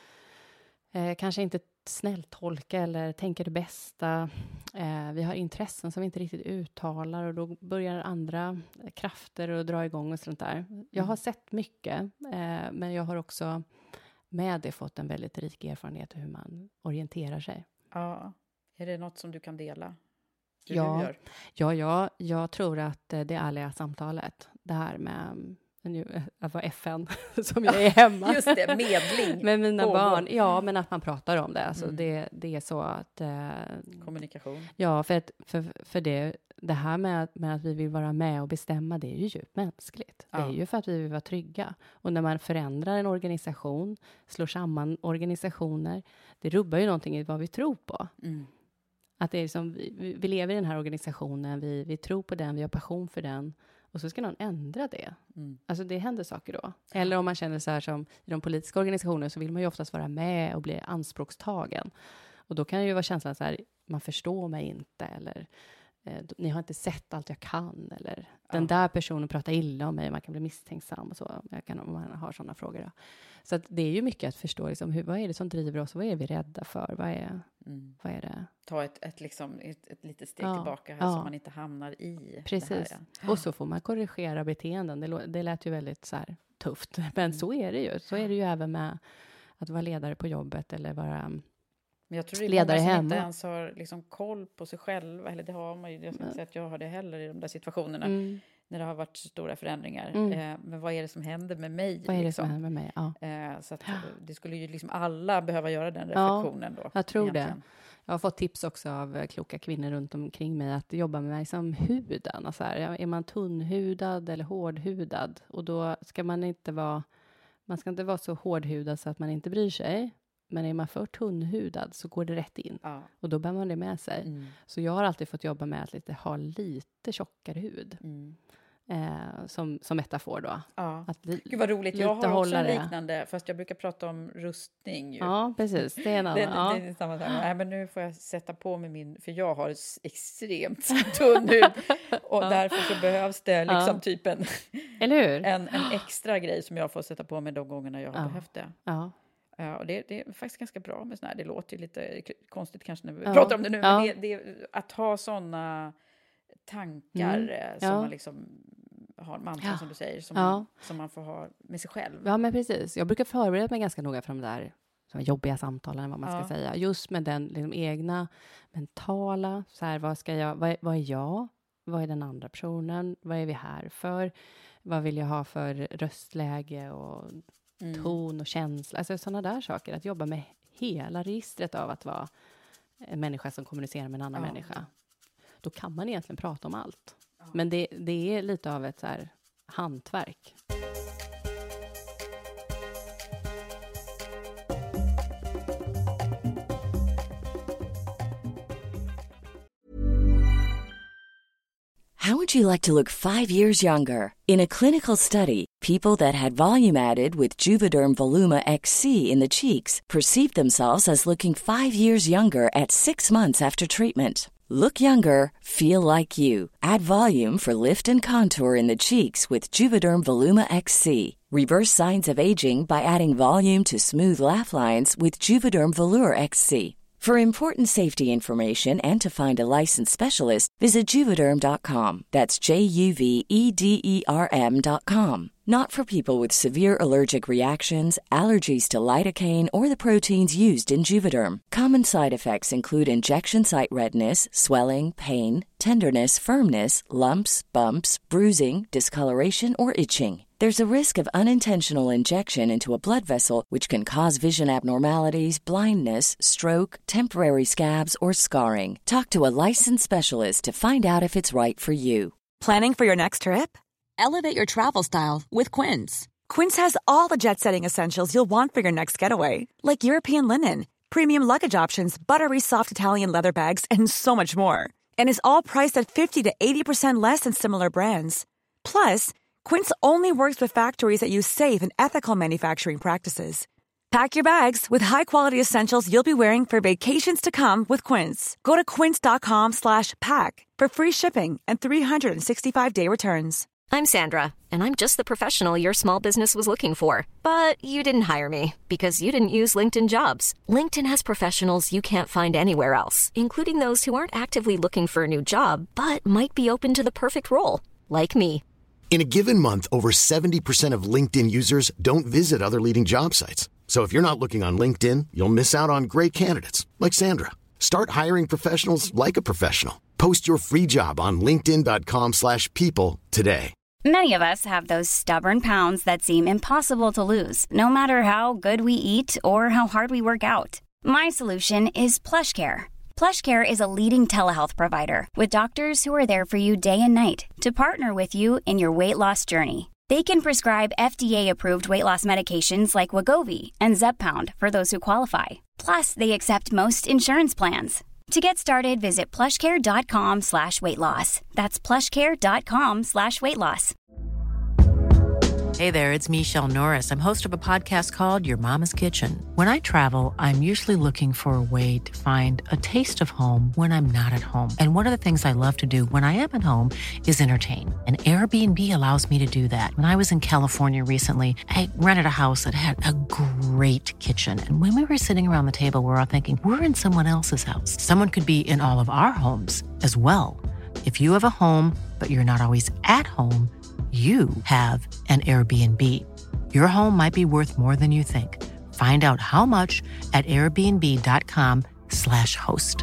eh, kanske inte snälltolka eller tänka det bästa. Eh, vi har intressen som vi inte riktigt uttalar och då börjar andra krafter att dra igång och sånt där. Jag har sett mycket, eh, men jag har också med det fått en väldigt rik erfarenhet av hur man orienterar sig. Ja. Är det något som du kan dela? Hur Ja. du gör? Ja, ja, jag tror att eh, det ärliga samtalet, det här med nu, att vara F N som jag är hemma. Just det, medling. med mina Pågår. barn. Ja, men att man pratar om det. Alltså Mm. det, det är så att... Eh, Kommunikation. ja, för, att, för, för det, det här med, att- med att vi vill vara med och bestämma, det är ju djupt mänskligt. Det Ja. är ju för att vi vill vara trygga. Och när man förändrar en organisation, slår samman organisationer, det rubbar ju någonting i vad vi tror på. Mm. Att det är som, vi, vi lever i den här organisationen, vi, vi tror på den, vi har passion för den. Och så ska någon ändra det. Mm. Alltså det händer saker då. Eller om man känner så här som i de politiska organisationerna så vill man ju oftast vara med och bli anspråkstagen. Och då kan det ju vara känslan så här, man förstår mig inte. Eller eh, ni har inte sett allt jag kan. Eller ja. den där personen pratar illa om mig. Man kan bli misstänksam och så. Jag kan, om man har sådana frågor. Ja. Så att det är ju mycket att förstå. Liksom, hur, vad är det som driver oss? Vad är vi rädda för? Vad är, mm. vad är det? Ta ett, ett, liksom, ett, ett litet steg ja. tillbaka här. Ja. Så man inte hamnar i Precis. det här. Ja. Och så får man korrigera beteenden. Det, det lät ju väldigt så här, tufft. Men mm. så är det ju. Så är det ju även med att vara ledare på jobbet. Eller vara... Men jag tror det är många som hemma. inte ens har liksom koll på sig själva. Eller det har man ju. Jag ska inte säga att jag har det heller i de där situationerna. Mm. När det har varit stora förändringar. Mm. Eh, men vad är det som händer med mig? Vad är det liksom? som händer med mig? Ja. Eh, så att det skulle ju liksom alla behöva göra den reflektionen ja, då. Jag tror egentligen. det. Jag har fått tips också av kloka kvinnor runt omkring mig. Att jobba med mig som huden. Alltså här, är man tunnhudad eller hårdhudad? Och då ska man inte vara... Man ska inte vara så hårdhudad så att man inte bryr sig. Men är man för tunnhudad så går det rätt in. Ja. Och då bär man det med sig. Mm. Så jag har alltid fått jobba med att lite, ha lite tjockare hud. Mm. Eh, som, som metafor då. Ja. Att li- Gud vad roligt. Jag har också en liknande. Fast jag brukar prata om rustning. Ju. Ja, precis. Det är en annan. det, ja. det är samma sak. Nej, men nu får jag sätta på mig min... För jag har extremt tunn hud. Och ja. därför så behövs det liksom ja. typ en... Eller hur? En, en extra grej som jag får sätta på mig de gångerna jag har ja. behövt det. Ja. Ja, och det, det är faktiskt ganska bra med såna här. Det låter ju lite konstigt kanske när vi ja. pratar om det nu. Ja. Men det, det, att ha såna tankar mm. som ja. man liksom har, mantra ja. som du säger, som, ja. man, som man får ha med sig själv. Ja, men precis. Jag brukar förbereda mig ganska noga för de där som jobbiga samtalen, vad man ja. ska säga. Just med den liksom, egna mentala, så här, vad ska jag, vad är, vad är jag? Vad är den andra personen? Vad är vi här för? Vad vill jag ha för röstläge och mm. ton och känsla? Alltså sådana där saker. Att jobba med hela registret av att vara en människa som kommunicerar med en annan ja. människa. Då kan man egentligen prata om allt. Ja. Men det, det är lite av ett så här hantverk. How would you like to look five years younger? In a clinical study, people that had volume added with Juvederm Voluma X C in the cheeks perceived themselves as looking five years younger at six months after treatment. Look younger, feel like you. Add volume for lift and contour in the cheeks with Juvederm Voluma X C. Reverse signs of aging by adding volume to smooth laugh lines with Juvederm Volure X C. For important safety information and to find a licensed specialist, visit Juvederm dot com. That's J U V E D E R M dot com. Not for people with severe allergic reactions, allergies to lidocaine, or the proteins used in Juvederm. Common side effects include injection site redness, swelling, pain, tenderness, firmness, lumps, bumps, bruising, discoloration, or itching. There's a risk of unintentional injection into a blood vessel, which can cause vision abnormalities, blindness, stroke, temporary scabs, or scarring. Talk to a licensed specialist to find out if it's right for you. Planning for your next trip? Elevate your travel style with Quince. Quince has all the jet-setting essentials you'll want for your next getaway, like European linen, premium luggage options, buttery soft Italian leather bags, and so much more. And is all priced at fifty to eighty percent less than similar brands. Plus, Quince only works with factories that use safe and ethical manufacturing practices. Pack your bags with high-quality essentials you'll be wearing for vacations to come with Quince. Go to quince dot com slash pack for free shipping and three sixty-five day returns. I'm Sandra, and I'm just the professional your small business was looking for. But you didn't hire me because you didn't use LinkedIn Jobs. LinkedIn has professionals you can't find anywhere else, including those who aren't actively looking for a new job, but might be open to the perfect role, like me. In a given month, over seventy percent of LinkedIn users don't visit other leading job sites. So if you're not looking on LinkedIn, you'll miss out on great candidates like Sandra. Start hiring professionals like a professional. Post your free job on linkedin dot com slash people today. Many of us have those stubborn pounds that seem impossible to lose, no matter how good we eat or how hard we work out. My solution is PlushCare. PlushCare is a leading telehealth provider with doctors who are there for you day and night to partner with you in your weight loss journey. They can prescribe F D A-approved weight loss medications like Wegovy and Zepbound for those who qualify. Plus, they accept most insurance plans. To get started, visit plushcare dot com slash weight loss. That's plushcare dot com slash weight loss. Hey there, it's Michelle Norris. I'm host of a podcast called Your Mama's Kitchen. When I travel, I'm usually looking for a way to find a taste of home when I'm not at home. And one of the things I love to do when I am at home is entertain. And Airbnb allows me to do that. When I was in California recently, I rented a house that had a great kitchen. And when we were sitting around the table, we were all thinking, we're in someone else's house. Someone could be in all of our homes as well. If you have a home, but you're not always at home, you have an Airbnb. Your home might be worth more than you think. Find out how much at airbnb.com slash host.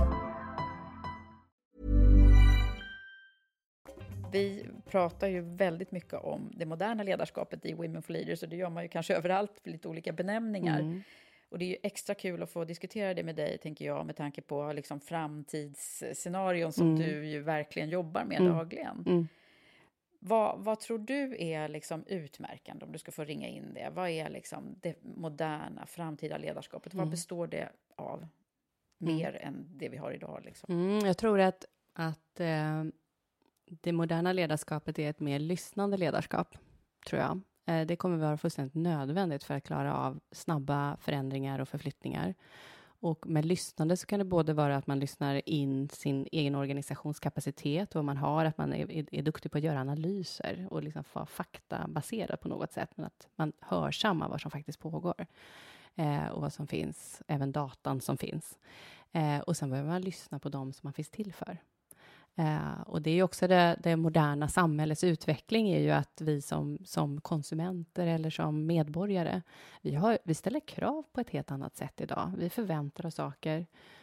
Vi pratar ju väldigt mycket om det moderna ledarskapet i Women for Leaders, och det gör man ju kanske överallt för lite olika benämningar. Mm. Och det är ju extra kul att få diskutera det med dig, tänker jag, med tanke på liksom framtidsscenarion som mm. du ju verkligen jobbar med mm. dagligen. Mm. Vad, vad tror du är liksom utmärkande, om du ska få ringa in det? Vad är liksom det moderna, framtida ledarskapet? Mm. Vad består det av mer mm. än det vi har idag? Liksom? Mm, jag tror att, att eh, det moderna ledarskapet är ett mer lyssnande ledarskap, tror jag. Eh, det kommer vara fullständigt nödvändigt för att klara av snabba förändringar och förflyttningar. Och med lyssnande så kan det både vara att man lyssnar in sin egen organisationskapacitet och vad man har, att man är, är, är duktig på att göra analyser och liksom få fakta baserat på något sätt, men att man hörsammar vad som faktiskt pågår eh, och vad som finns, även datan som finns. Eh, och sen behöver man lyssna på dem som man finns till för. Uh, och det är ju också det, det moderna samhällets utveckling, är ju att vi som, som konsumenter eller som medborgare, vi, har, vi ställer krav på ett helt annat sätt idag. Vi förväntar oss saker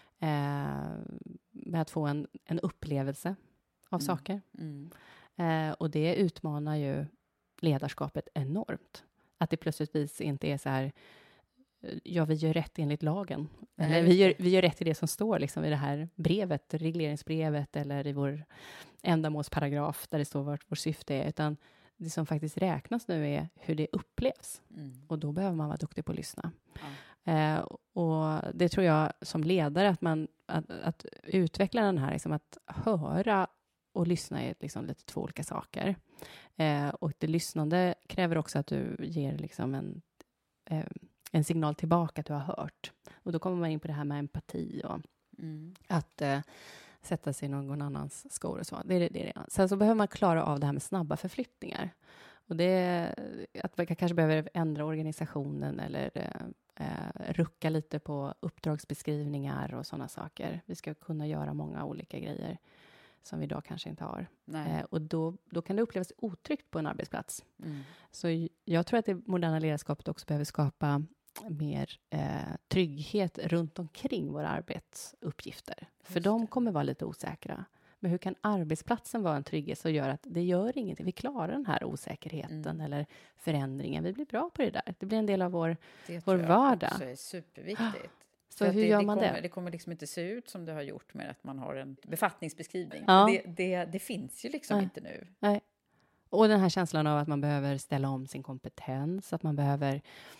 uh, med att få en, en upplevelse av mm. saker. Mm. Uh, och det utmanar ju ledarskapet enormt. Att det plötsligt inte är så här, ja, vi gör rätt enligt lagen. Eller vi gör, vi gör rätt i det som står liksom i det här brevet, regleringsbrevet, eller i vår ändamålsparagraf där det står vad vårt syfte är. Utan det som faktiskt räknas nu är hur det upplevs. Mm. Och då behöver man vara duktig på att lyssna. Ja. Eh, och det tror jag som ledare, att man att, att utveckla den här, liksom, att höra och lyssna är liksom lite två olika saker. Eh, och det lyssnande kräver också att du ger liksom en eh, en signal tillbaka att du har hört. Och då kommer man in på det här med empati och mm. att eh, sätta sig i någon annans skor och så. Det är det, det är det. Sen så behöver man klara av det här med snabba förflyttningar. Och det är att man kanske behöver ändra organisationen eller eh, rucka lite på uppdragsbeskrivningar och sådana saker. Vi ska kunna göra många olika grejer som vi idag kanske inte har. Eh, och då, då kan det upplevas otryggt på en arbetsplats. Mm. Så jag tror att det moderna ledarskapet också behöver skapa mer eh, trygghet runt omkring våra arbetsuppgifter. Just För de kommer vara lite osäkra. Men hur kan arbetsplatsen vara en trygghet som gör att det gör ingenting? Vi klarar den här osäkerheten mm. eller förändringen. Vi blir bra på det där. Det blir en del av vår, det vår vardag. Det är superviktigt. Så hur det, gör det man kommer, det? Det kommer liksom inte se ut som det har gjort med att man har en befattningsbeskrivning. Ja. Det, det, det finns ju liksom Nej. inte nu. Nej. Och den här känslan av att man behöver ställa om sin kompetens, att man behöver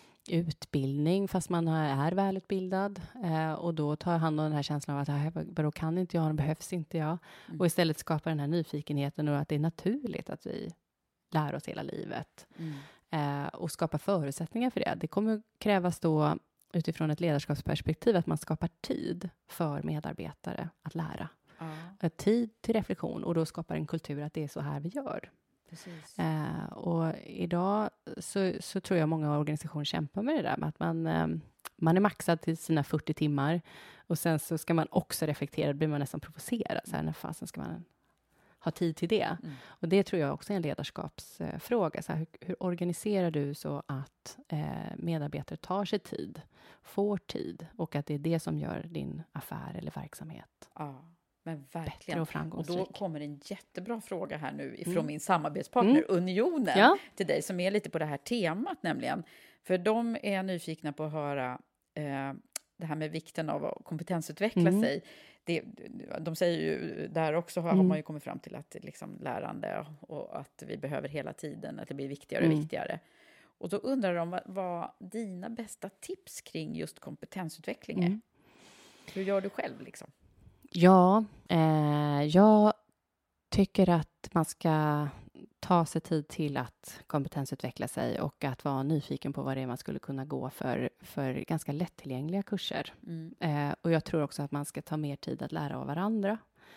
utbildning fast man är välutbildad. Eh, och då tar hand om den här känslan av att då kan inte jag, det behövs inte jag. Mm. Och istället skapa den här nyfikenheten och att det är naturligt att vi lär oss hela livet. Mm. Eh, och skapa förutsättningar för det. Det kommer krävas då utifrån ett ledarskapsperspektiv att man skapar tid för medarbetare att lära. Ja. Tid till reflektion, och då skapar en kultur att det är så här vi gör. Precis. Eh, och idag så, så tror jag många organisationer kämpar med det där med att man, eh, man är maxad till sina fyrtio timmar och sen så ska man också reflektera, då blir man nästan provocerad. Så här, när fasen ska man ha tid till det? Mm. Och det tror jag också är en ledarskapsfråga. Så här, hur, hur organiserar du så att eh, medarbetare tar sig tid, får tid, och att det är det som gör din affär eller verksamhet ja. Men verkligen. Och, och då kommer en jättebra fråga här nu ifrån mm. min samarbetspartner mm. Unionen ja. till dig, som är lite på det här temat nämligen. För de är nyfikna på att höra eh, det här med vikten av att kompetensutveckla mm. sig. Det, de säger ju där också, har mm. man ju kommit fram till att liksom lärande och att vi behöver hela tiden, att det blir viktigare och mm. viktigare. Och då undrar de vad, vad dina bästa tips kring just kompetensutveckling är. Mm. Hur gör du själv liksom? Ja, eh, jag tycker att man ska ta sig tid till att kompetensutveckla sig och att vara nyfiken på vad det är man skulle kunna gå för, för ganska lättillgängliga kurser. Mm. Eh, och jag tror också att man ska ta mer tid att lära av varandra.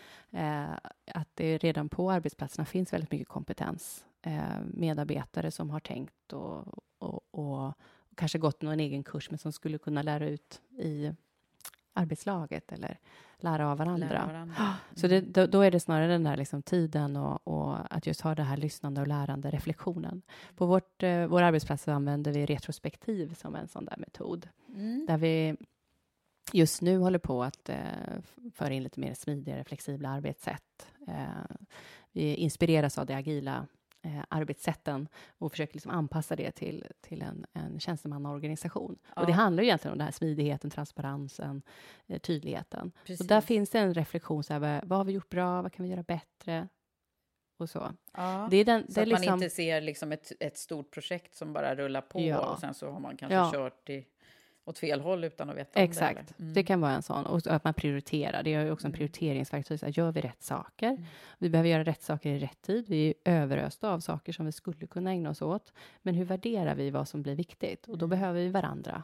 Eh, att det redan på arbetsplatserna finns väldigt mycket kompetens. Eh, medarbetare som har tänkt och, och, och, och kanske gått någon egen kurs men som skulle kunna lära ut i arbetslaget eller lära av varandra. Lära varandra. Mm. Så det, då, då är det snarare den där liksom tiden och, och att just ha det här lyssnande och lärande reflektionen. På vårt, eh, vår arbetsplats så använder vi retrospektiv som en sån där metod. Mm. Där vi just nu håller på att eh, föra in lite mer smidigare, flexibla arbetssätt. Eh, vi inspireras av det agila eh, arbetssätten och försöker liksom anpassa det till, till en, en tjänstemannaorganisation. Ja. Och det handlar ju egentligen om det här smidigheten, transparensen, eh, tydligheten. Precis. Så där finns det en reflektion, så här, vad har vi gjort bra, vad kan vi göra bättre? Och så. Ja. Det är den, så det är att liksom, man inte ser liksom ett, ett stort projekt som bara rullar på Ja. och sen så har man kanske Ja. kört i, åt fel håll utan att veta Exakt, om det. Mm. det kan vara en sån. Och att man prioriterar, det är ju också en prioriteringsverktyg. Så här, gör vi rätt saker? Mm. Vi behöver göra rätt saker i rätt tid. Vi är överösta av saker som vi skulle kunna ägna oss åt. Men hur värderar vi vad som blir viktigt? Och då Mm. behöver vi varandra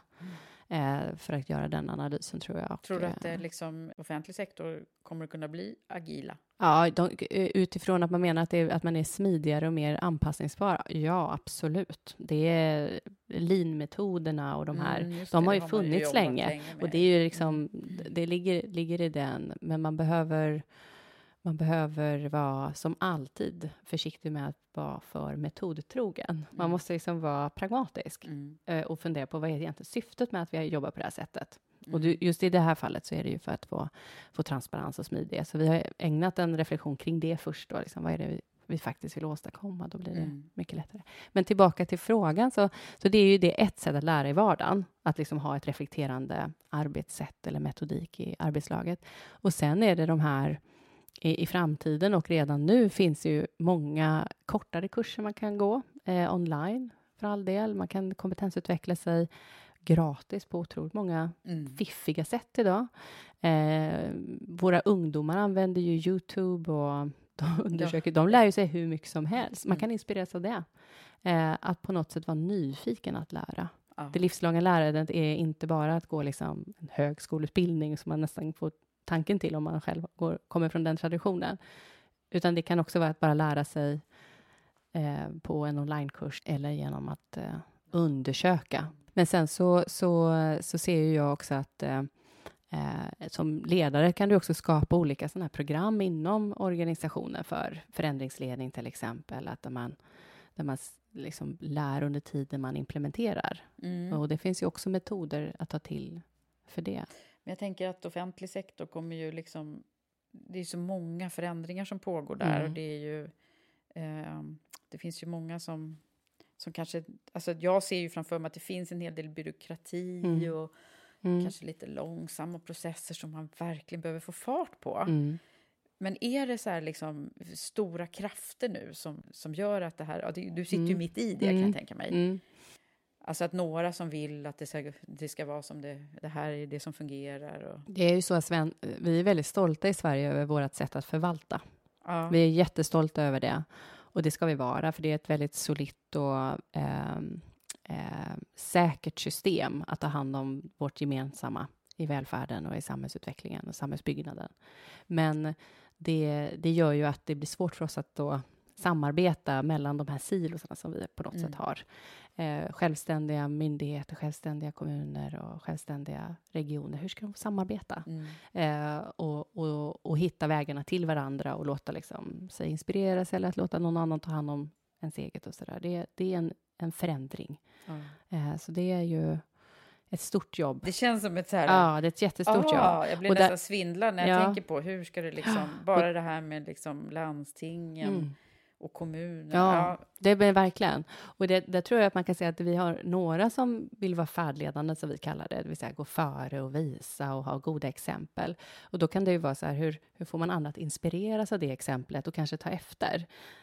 eh, för att göra den analysen, tror jag. Och, Tror du att eh, det liksom, offentlig sektor kommer att kunna bli agila? Ja, de, utifrån att man menar att, det är, att man är smidigare och mer anpassningsbar. Ja, absolut. Det är lean-metoderna och de här, Mm, just de det, har det ju har man ju funnits jobbat länge. länge med. Och det är ju liksom, det ligger, ligger i den. Men man behöver, man behöver vara som alltid försiktig med att vara för metodtrogen. Man Mm. måste liksom vara pragmatisk Mm. eh, och fundera på vad är egentligen syftet med att vi jobbar på det här sättet. Mm. Och du, just i det här fallet så är det ju för att få, få transparens och smidighet. Så vi har ägnat en reflektion kring det först. Då, liksom, vad är det vi, vi faktiskt vill åstadkomma? Då blir det Mm. mycket lättare. Men tillbaka till frågan. Så, så det är ju det ett sätt att lära i vardagen. Att liksom ha ett reflekterande arbetssätt eller metodik i arbetslaget. Och sen är det de här i, i framtiden och redan nu finns ju många kortare kurser man kan gå eh, online för all del. Man kan kompetensutveckla sig gratis på otroligt många Mm. fiffiga sätt idag. Eh, våra ungdomar använder ju YouTube och de undersöker, de lär ju sig hur mycket som helst. Man kan inspireras av det. Eh, att på något sätt vara nyfiken att lära. Ja. Det livslånga lärandet är inte bara att gå liksom en högskoleutbildning som man nästan får tanken till om man själv går, kommer från den traditionen. Utan det kan också vara att bara lära sig eh, på en onlinekurs eller genom att eh, undersöka. Men sen så, så, så ser ju jag också att eh, eh, som ledare kan du också skapa olika sådana här program inom organisationer för förändringsledning till exempel. Att där man, där man liksom lär under tiden man implementerar. Mm. Och det finns ju också metoder att ta till för det. Men jag tänker att offentlig sektor kommer ju liksom, det är så många förändringar som pågår där. Mm. Och det är ju, eh, det finns ju många som, som kanske, alltså jag ser ju framför mig att det finns en hel del byråkrati Mm. och Mm. kanske lite långsamma processer som man verkligen behöver få fart på. Mm. Men är det så här liksom stora krafter nu som, som gör att det här, ja, det, du sitter ju Mm. mitt i det kan Mm. jag tänka mig. Mm. Alltså att några som vill att det ska, det ska vara som det, det här är det som fungerar. Och, Det är ju så att Sven, vi är väldigt stolta i Sverige över vårt sätt att förvalta. ja. Vi är jättestolta över det. Och det ska vi vara, för det är ett väldigt solitt och eh, eh, säkert system att ta hand om vårt gemensamma i välfärden och i samhällsutvecklingen och samhällsbyggnaden. Men det, det gör ju att det blir svårt för oss att då samarbeta mellan de här silosarna som vi på något Mm. sätt har. Eh, självständiga myndigheter, självständiga kommuner och självständiga regioner. Hur ska de samarbeta? Mm. Eh, och, och, och hitta vägarna till varandra och låta liksom, sig inspireras eller att låta någon annan ta hand om ens eget och sådär. Det, det är en, en förändring. Ja. Eh, så det är ju ett stort jobb. Det känns som ett så här... Ja, det är ett jättestort ah, jobb. jag blir Och nästan där- svindlad när jag Ja. tänker på hur ska det liksom, bara det här med liksom landstingen Mm. och kommunen. Ja, det är verkligen. Och det, där tror jag att man kan säga att vi har några som vill vara färdledande, som vi kallar det. Det vill säga gå före och visa och ha goda exempel. Och då kan det ju vara så här, hur, hur får man andra att inspireras av det exemplet och kanske ta efter?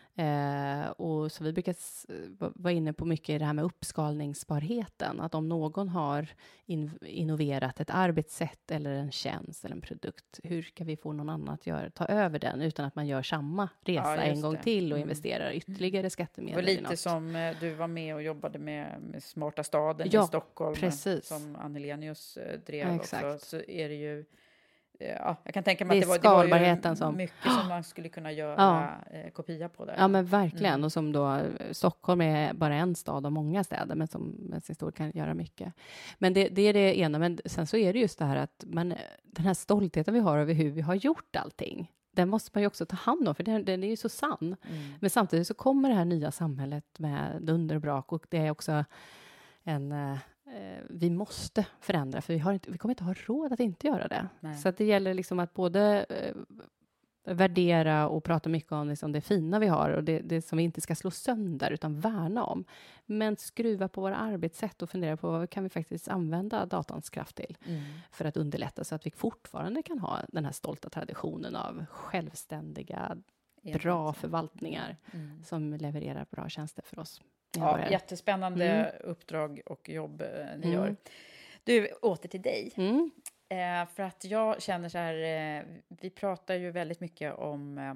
Eh, och så vi brukar s- va- vara inne på mycket i det här med uppskalningsbarheten. Att om någon har in, innoverat ett arbetssätt eller en tjänst eller en produkt, hur ska vi få någon annan att göra, ta över den utan att man gör samma resa Ja, just en gång det. till och Mm. investerar ytterligare Det skattemedel var i lite något. som eh, du var med och jobbade med, med Smarta staden Ja, i Stockholm. precis. Som Annelenius eh, drev Ja, också. exakt. Så är det ju... eh, Ja, jag kan tänka mig Det är att det var, det var skalbarheten ju som- mycket som man skulle kunna göra Ja. eh, kopia på där. Ja, men verkligen. Mm. Och som då, eh, Stockholm är bara en stad av många städer, men som med sin stor kan göra mycket. Men det, det är det ena. Men sen så är det just det här att man, den här stoltheten vi har över hur vi har gjort allting, den måste man ju också ta hand om, för den, den är ju så sann. Mm. Men samtidigt så kommer det här nya samhället med dunder och brak, och det är också en... eh, eh, vi måste förändra, för vi, har inte, vi kommer inte ha råd att inte göra det. Nej. Så att det gäller liksom att både eh, värdera och prata mycket om liksom det fina vi har och det, det som vi inte ska slå sönder utan värna om. Men skruva på våra arbetssätt och fundera på vad kan vi faktiskt använda datans kraft till Mm. för att underlätta så att vi fortfarande kan ha den här stolta traditionen av självständiga, bra Enheter. förvaltningar Mm. som levererar bra tjänster för oss. Ja, medborgare. jättespännande Mm. uppdrag och jobb eh, ni Mm. gör. Du, åter till dig. Mm. Eh, för att jag känner så här, eh, vi pratar ju väldigt mycket om eh,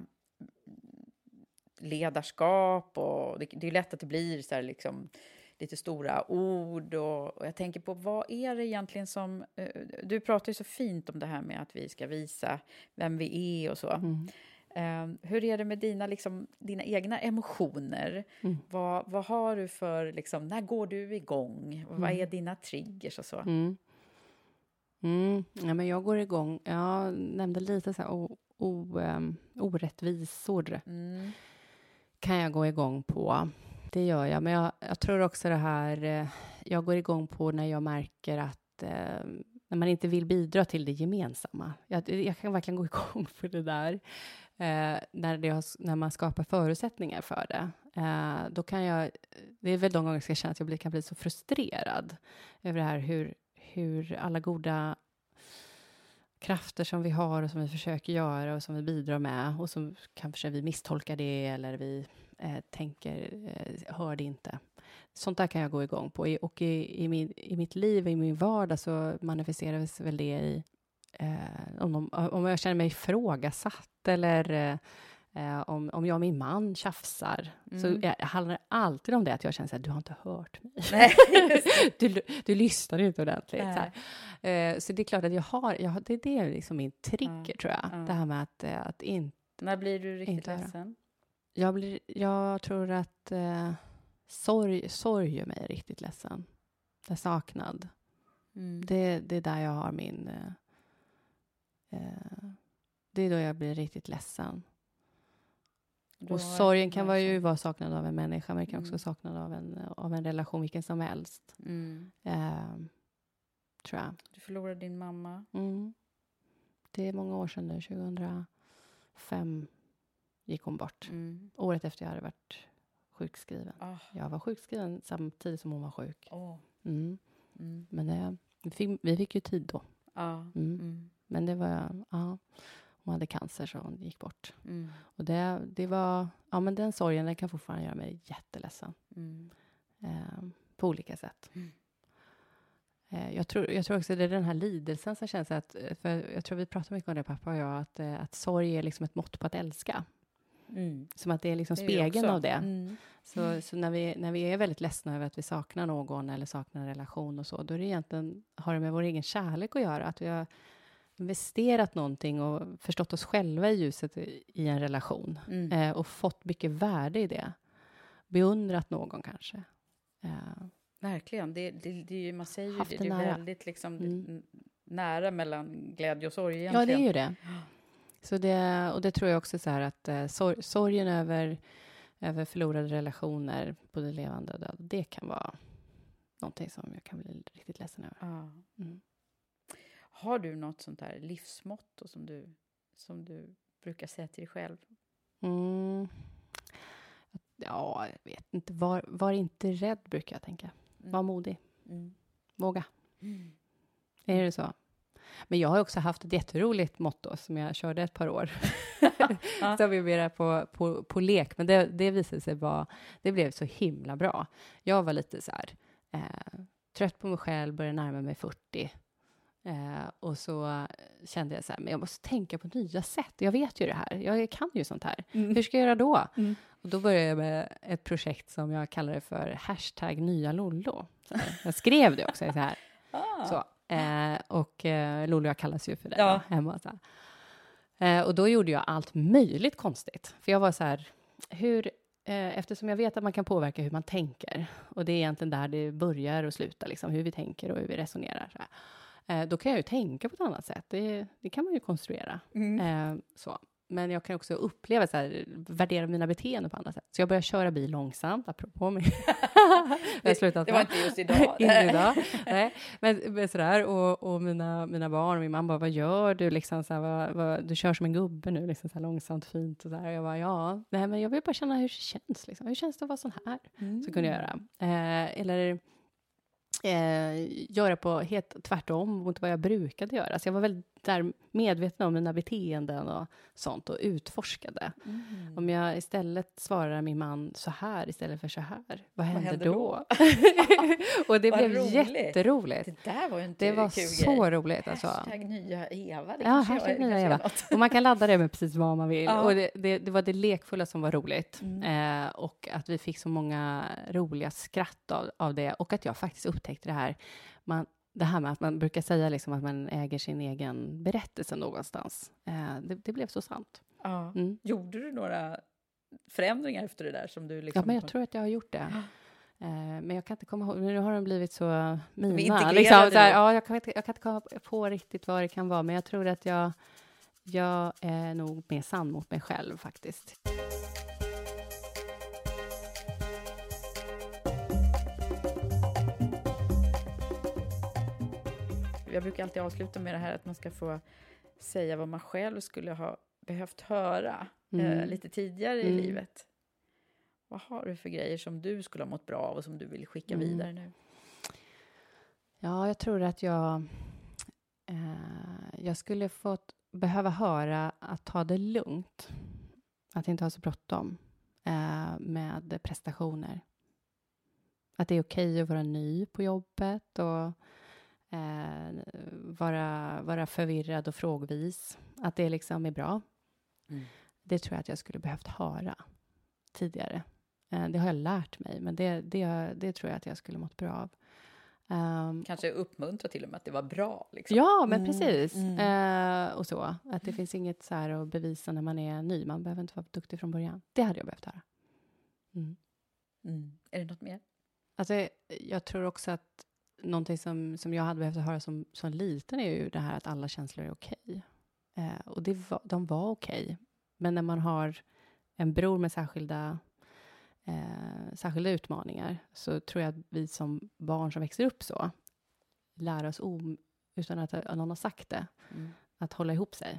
ledarskap och det, det är lätt att det blir så här liksom lite stora ord och, och jag tänker på vad är det egentligen som, eh, du pratar ju så fint om det här med att vi ska visa vem vi är och så. Mm. Eh, hur är det med dina, liksom, dina egna emotioner? Mm. Vad, vad har du för, liksom, när går du igång? Och vad Mm. är dina triggers och så? Mm. Mm. Ja, men jag går igång. Jag nämnde lite så här o, o, um, orättvisor. Mm. Kan jag gå igång på. Det gör jag. Men jag, jag tror också det här. Eh, jag går igång på när jag märker att eh, när man inte vill bidra till det gemensamma. Jag, jag kan verkligen gå igång på det där. Eh, när, det har, när man skapar förutsättningar för det. Eh, då kan jag. Det är väl de gånger jag ska känna att jag blir, kan bli så frustrerad över det här hur hur alla goda krafter som vi har och som vi försöker göra och som vi bidrar med och som kanske vi misstolkar det eller vi eh, tänker, eh, hör det inte. Sånt där kan jag gå igång på. I, och i, i, min, i mitt liv, i min vardag så manifesteras väl det i eh, om, om jag känner mig ifrågasatt eller eh, Eh, om, om jag och min man tjafsar Mm. så är, handlar det alltid om det att jag känner att du har inte hört mig. Nej, du, du lyssnar inte ordentligt. Så, Nej. här. Eh, så det är klart att jag har, jag har det, det är liksom min trigger Ja, tror jag. ja. Det här med att, eh, att inte... När blir du riktigt Inte höra. ledsen? Jag, blir, jag tror att eh, sorg, sorg gör mig riktigt ledsen. Det är saknad. Mm. Det, det är där jag har min... Eh, eh, det är då jag blir riktigt ledsen. Då Och har- sorgen kan har vara jag ju känt- vara saknad av en människa, men det kan också Mm. vara saknad av en, av en relation, vilken som helst. Mm. Eh, tror jag. Du förlorade din mamma. Mm. Det är många år sedan nu, tjugohundrafem gick hon bort. Mm. Året efter jag hade varit sjukskriven. Ah. Jag var sjukskriven samtidigt som hon var sjuk. Åh. Mm. Mm. Men det, vi, fick, vi fick ju tid då. Ja. Mm. Mm. Men det var, ja, hon hade cancer så hon gick bort. Mm. Och det, det var, ja men den sorgen den kan fortfarande göra mig jätteledsen. Mm. Eh, på olika sätt. Mm. Eh, jag, tror, jag tror också det är den här lidelsen som känns att, för jag tror vi pratar mycket om det pappa och jag, att, eh, att sorg är liksom ett mått på att älska. Mm. Som att det är liksom Det är det spegeln också. av det. Mm. Så, så när, vi, när vi är väldigt ledsna över att vi saknar någon eller saknar en relation och så, då är det egentligen, har det med vår egen kärlek att göra. Att vi har investerat någonting och förstått oss själva i ljuset i, i en relation. Mm. Eh, och fått mycket värde i det. Beundrat någon kanske. Eh, Verkligen. Det, det, det, är ju- man säger ju Haft det. det Det är nära. väldigt liksom, Mm. n- nära mellan glädje och sorg ja, egentligen. det är ju det. Så det. Och det tror jag också så här att eh, sor- sorgen över, över förlorade relationer, både levande och döda, det kan vara någonting som jag kan bli riktigt ledsen över. Ja. Mm. Har du något sånt här livsmotto som du, som du brukar säga till dig själv? Mm. Ja, jag vet inte. Var, var inte rädd, brukar jag tänka. Mm. Var modig. Mm. Våga. Mm. Är det så? Men jag har också haft ett jätteroligt motto som jag körde ett par år. ja. Så vi mera på, på, på lek. Men det, det visade sig vara, det blev så himla bra. Jag var lite så här, eh, trött på mig själv, började närma mig fyrtio. Eh, och så kände jag så här, men jag måste tänka på nya sätt. Jag vet ju det här, jag kan ju sånt här. Mm. Hur ska jag göra då? Mm. Och då började jag med ett projekt som jag kallar för hashtag nya Lollo. Så jag skrev det också så här. Ah. Så, eh, och eh, Lollo jag kallas ju för det ja. då, hemma. Så här. Eh, och då gjorde jag allt möjligt konstigt. För jag var så här, hur, eh, eftersom jag vet att man kan påverka hur man tänker. Och det är egentligen där det börjar och slutar, liksom, hur vi tänker och hur vi resonerar. Så här. Eh, då kan jag ju tänka på ett annat sätt. Det, det kan man ju konstruera. Mm. Eh, så. Men jag kan också uppleva så här, värdera mina beteenden på andra sätt. Så jag börjar köra bil långsamt, apropå mig. det, det var inte just idag. inte idag. Nej. Men, men sådär, och, och mina, mina barn och min mamma bara, vad gör du? Liksom, så här, vad, vad, du kör som en gubbe nu, liksom, så här, långsamt, fint. Och, så här. och jag bara, ja, nej, men jag vill bara känna hur det känns. Liksom. Hur känns det att vara sån här? Mm. Så kunde jag göra. Eh, eller... Eh, göra på helt tvärtom mot vad jag brukade göra. Så jag var väldigt där medveten om mina beteenden och sånt och utforskade. Mm. Om jag istället svarar min man så här istället för så här, vad, vad händer, händer då? då? Och det blev roligt. Jätteroligt. Det där var ju inte Det var kul så grej. roligt. Alltså. Hashtag nya Eva. Det ja, hashtag nya Eva. Och man kan ladda det med precis vad man vill. Ja. Och det, det, det var det lekfulla som var roligt. Mm. Eh, och att vi fick så många roliga skratt av, av det. Och att jag faktiskt upptäckte det här. Man, det här med att man brukar säga liksom att man äger sin egen berättelse någonstans. Eh, det, det blev så sant. Ja. Mm. Gjorde du några förändringar efter det där? Som du liksom... Ja, men jag tror att jag har gjort det. Eh, men jag kan inte komma ihåg. Nu har de blivit så mina. Liksom, så här, ja, jag, kan inte, jag kan inte komma på riktigt vad det kan vara. Men jag tror att jag, jag är nog mer sann mot mig själv faktiskt. Jag brukar alltid avsluta med det här att man ska få säga vad man själv skulle ha behövt höra mm. eh, lite tidigare mm. i livet. Vad har du för grejer som du skulle ha mått bra av och som du vill skicka mm. vidare nu? Ja, jag tror att jag eh, jag skulle fått behöva höra att ta det lugnt. Att inte ha så bråttom eh, med prestationer. Att det är okej att vara ny på jobbet och Eh, vara, vara förvirrad och frågvis. Att det liksom är bra. Mm. Det tror jag att jag skulle behövt höra tidigare. Eh, det har jag lärt mig. Men det, det, det tror jag att jag skulle mått bra av. Um, Kanske uppmuntra till och med att det var bra. Liksom. Ja, men mm. precis. Mm. Eh, och så. Att det mm. finns inget så här att bevisa när man är ny. Man behöver inte vara duktig från början. Det hade jag behövt höra. Mm. Mm. Är det något mer? Alltså, jag tror också att någonting som, som jag hade behövt höra som, som liten är ju det här att alla känslor är okej. Eh, och det var, de var okej. Men när man har en bror med särskilda, eh, särskilda utmaningar så tror jag att vi som barn som växer upp så lär oss om, utan att någon har sagt det, mm. att hålla ihop sig.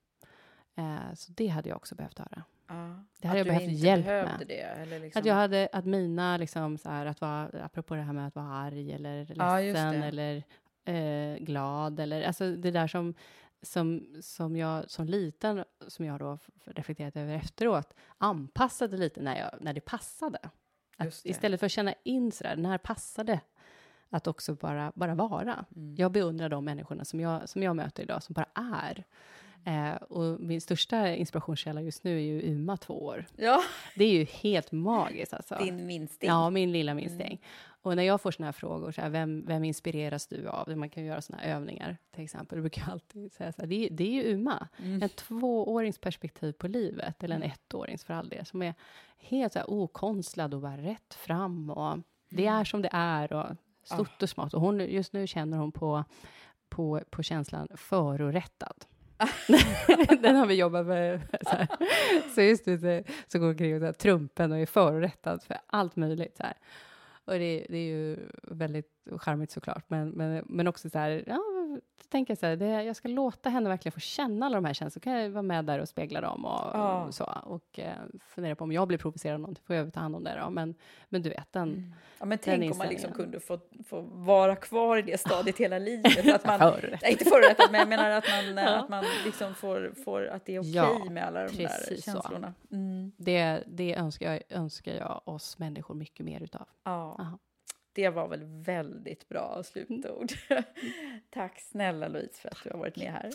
Eh, så det hade jag också behövt höra. Ja, det hade jag behövt hjälp med. Det, eller liksom... Att jag hade, att mina liksom så här, att vara, apropå det här med att vara arg eller ledsen ja, eller eh, glad eller, alltså det där som, som, som jag som liten, som jag då reflekterat över efteråt, anpassade lite när, jag, när det passade. Att det. Istället för att känna in sådär, när passade att också bara, bara vara. Mm. Jag beundrar de människorna som jag, som jag möter idag, som bara är. Eh, och min största inspirationskälla just nu är ju Uma, två år. Ja. Det är ju helt magiskt alltså. Din minsting. Ja, min lilla minsting. Mm. Och när jag får såna här frågor, så här, vem, vem inspireras du av? Man kan ju göra såna här övningar till exempel. Jag brukar alltid säga så här, det, det är ju Uma. Mm. En tvåårings perspektiv på livet, eller en ettårings för all del, som är helt så här okonstlad och bara rätt fram. Och det är som det är och stort oh. och smått. Och hon, just nu känner hon på, på, på känslan förorättad. Den har vi jobbat med så, här. Så just nu så, så går kring så här, trumpen och är förorättad för allt möjligt så här. Och det, det är ju väldigt charmigt såklart, men, men, men också så här, ja, tänker så här, det, jag ska låta henne verkligen få känna alla de här känslorna. Så kan jag vara med där och spegla dem och, Ja. och så. Och eh, fundera på om jag blir provocerad av någonting, får jag ta hand om det då. Men, men du vet, den... Mm. Ja, men den tänk om man liksom inställningen. kunde få, få vara kvar i det stadiet hela livet. Att man, Förrätt. nej, inte förrättat, men jag menar att man, Ja. att man liksom får, får att det är okej Ja, med alla de där precis så. känslorna. Mm. Det, det önskar, jag, önskar jag oss människor mycket mer utav. Ja. Aha. Det var väl väldigt bra slutord. Tack snälla Louise för att du har varit med här.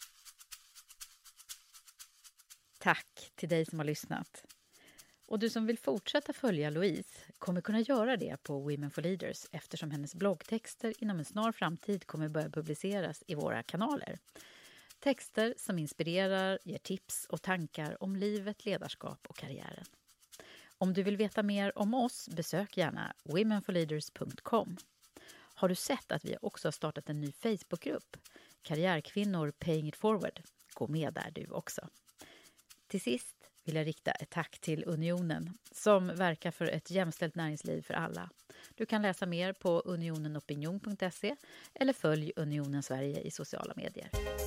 Tack till dig som har lyssnat. Och du som vill fortsätta följa Louise kommer kunna göra det på Women for Leaders eftersom hennes bloggtexter inom en snar framtid kommer börja publiceras i våra kanaler. Texter som inspirerar, ger tips och tankar om livet, ledarskap och karriären. Om du vill veta mer om oss, besök gärna women for leaders punkt com. Har du sett att vi också har startat en ny Facebookgrupp? Karriärkvinnor Paying It Forward. Gå med där du också. Till sist vill jag rikta ett tack till Unionen som verkar för ett jämställt näringsliv för alla. Du kan läsa mer på unionenopinion punkt se eller följ Unionen Sverige i sociala medier.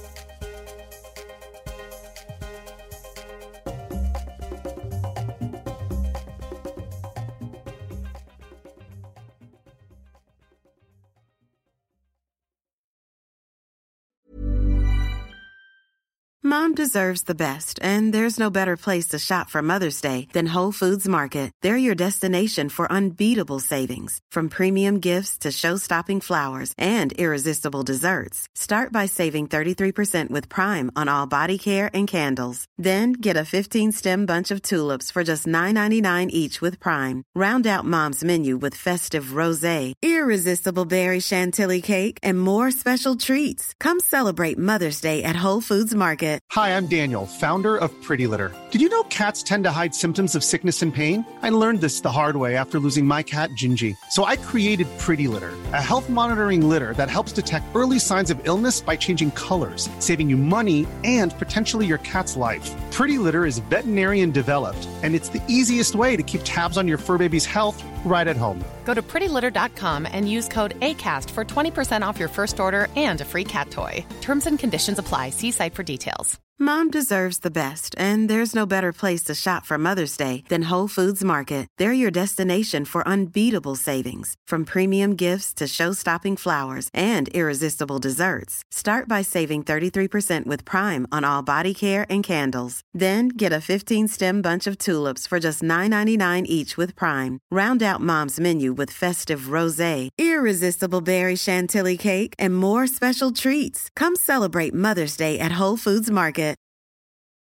Mom deserves the best, and there's no better place to shop for Mother's Day than Whole Foods Market. They're your destination for unbeatable savings, from premium gifts to show-stopping flowers and irresistible desserts. Start by saving thirty-three percent with Prime on all body care and candles. Then get a fifteen-stem bunch of tulips for just nine ninety-nine each with Prime. Round out Mom's menu with festive rosé, irresistible berry chantilly cake, and more special treats. Come celebrate Mother's Day at Whole Foods Market. Hi, I'm Daniel, founder of Pretty Litter. Did you know cats tend to hide symptoms of sickness and pain? I learned this the hard way after losing my cat, Gingy. So I created Pretty Litter, a health monitoring litter that helps detect early signs of illness by changing colors, saving you money and potentially your cat's life. Pretty Litter is veterinarian developed, and it's the easiest way to keep tabs on your fur baby's health right at home. Go to pretty litter dot com and use code ACAST for twenty percent off your first order and a free cat toy. Terms and conditions apply. See site for details. Mom deserves the best, and there's no better place to shop for Mother's Day than Whole Foods Market. They're your destination for unbeatable savings, from premium gifts to show-stopping flowers and irresistible desserts. Start by saving thirty-three percent with Prime on all body care and candles. Then get a fifteen-stem bunch of tulips for just nine ninety-nine each with Prime. Round out Mom's menu with festive rosé, irresistible berry chantilly cake, and more special treats. Come celebrate Mother's Day at Whole Foods Market.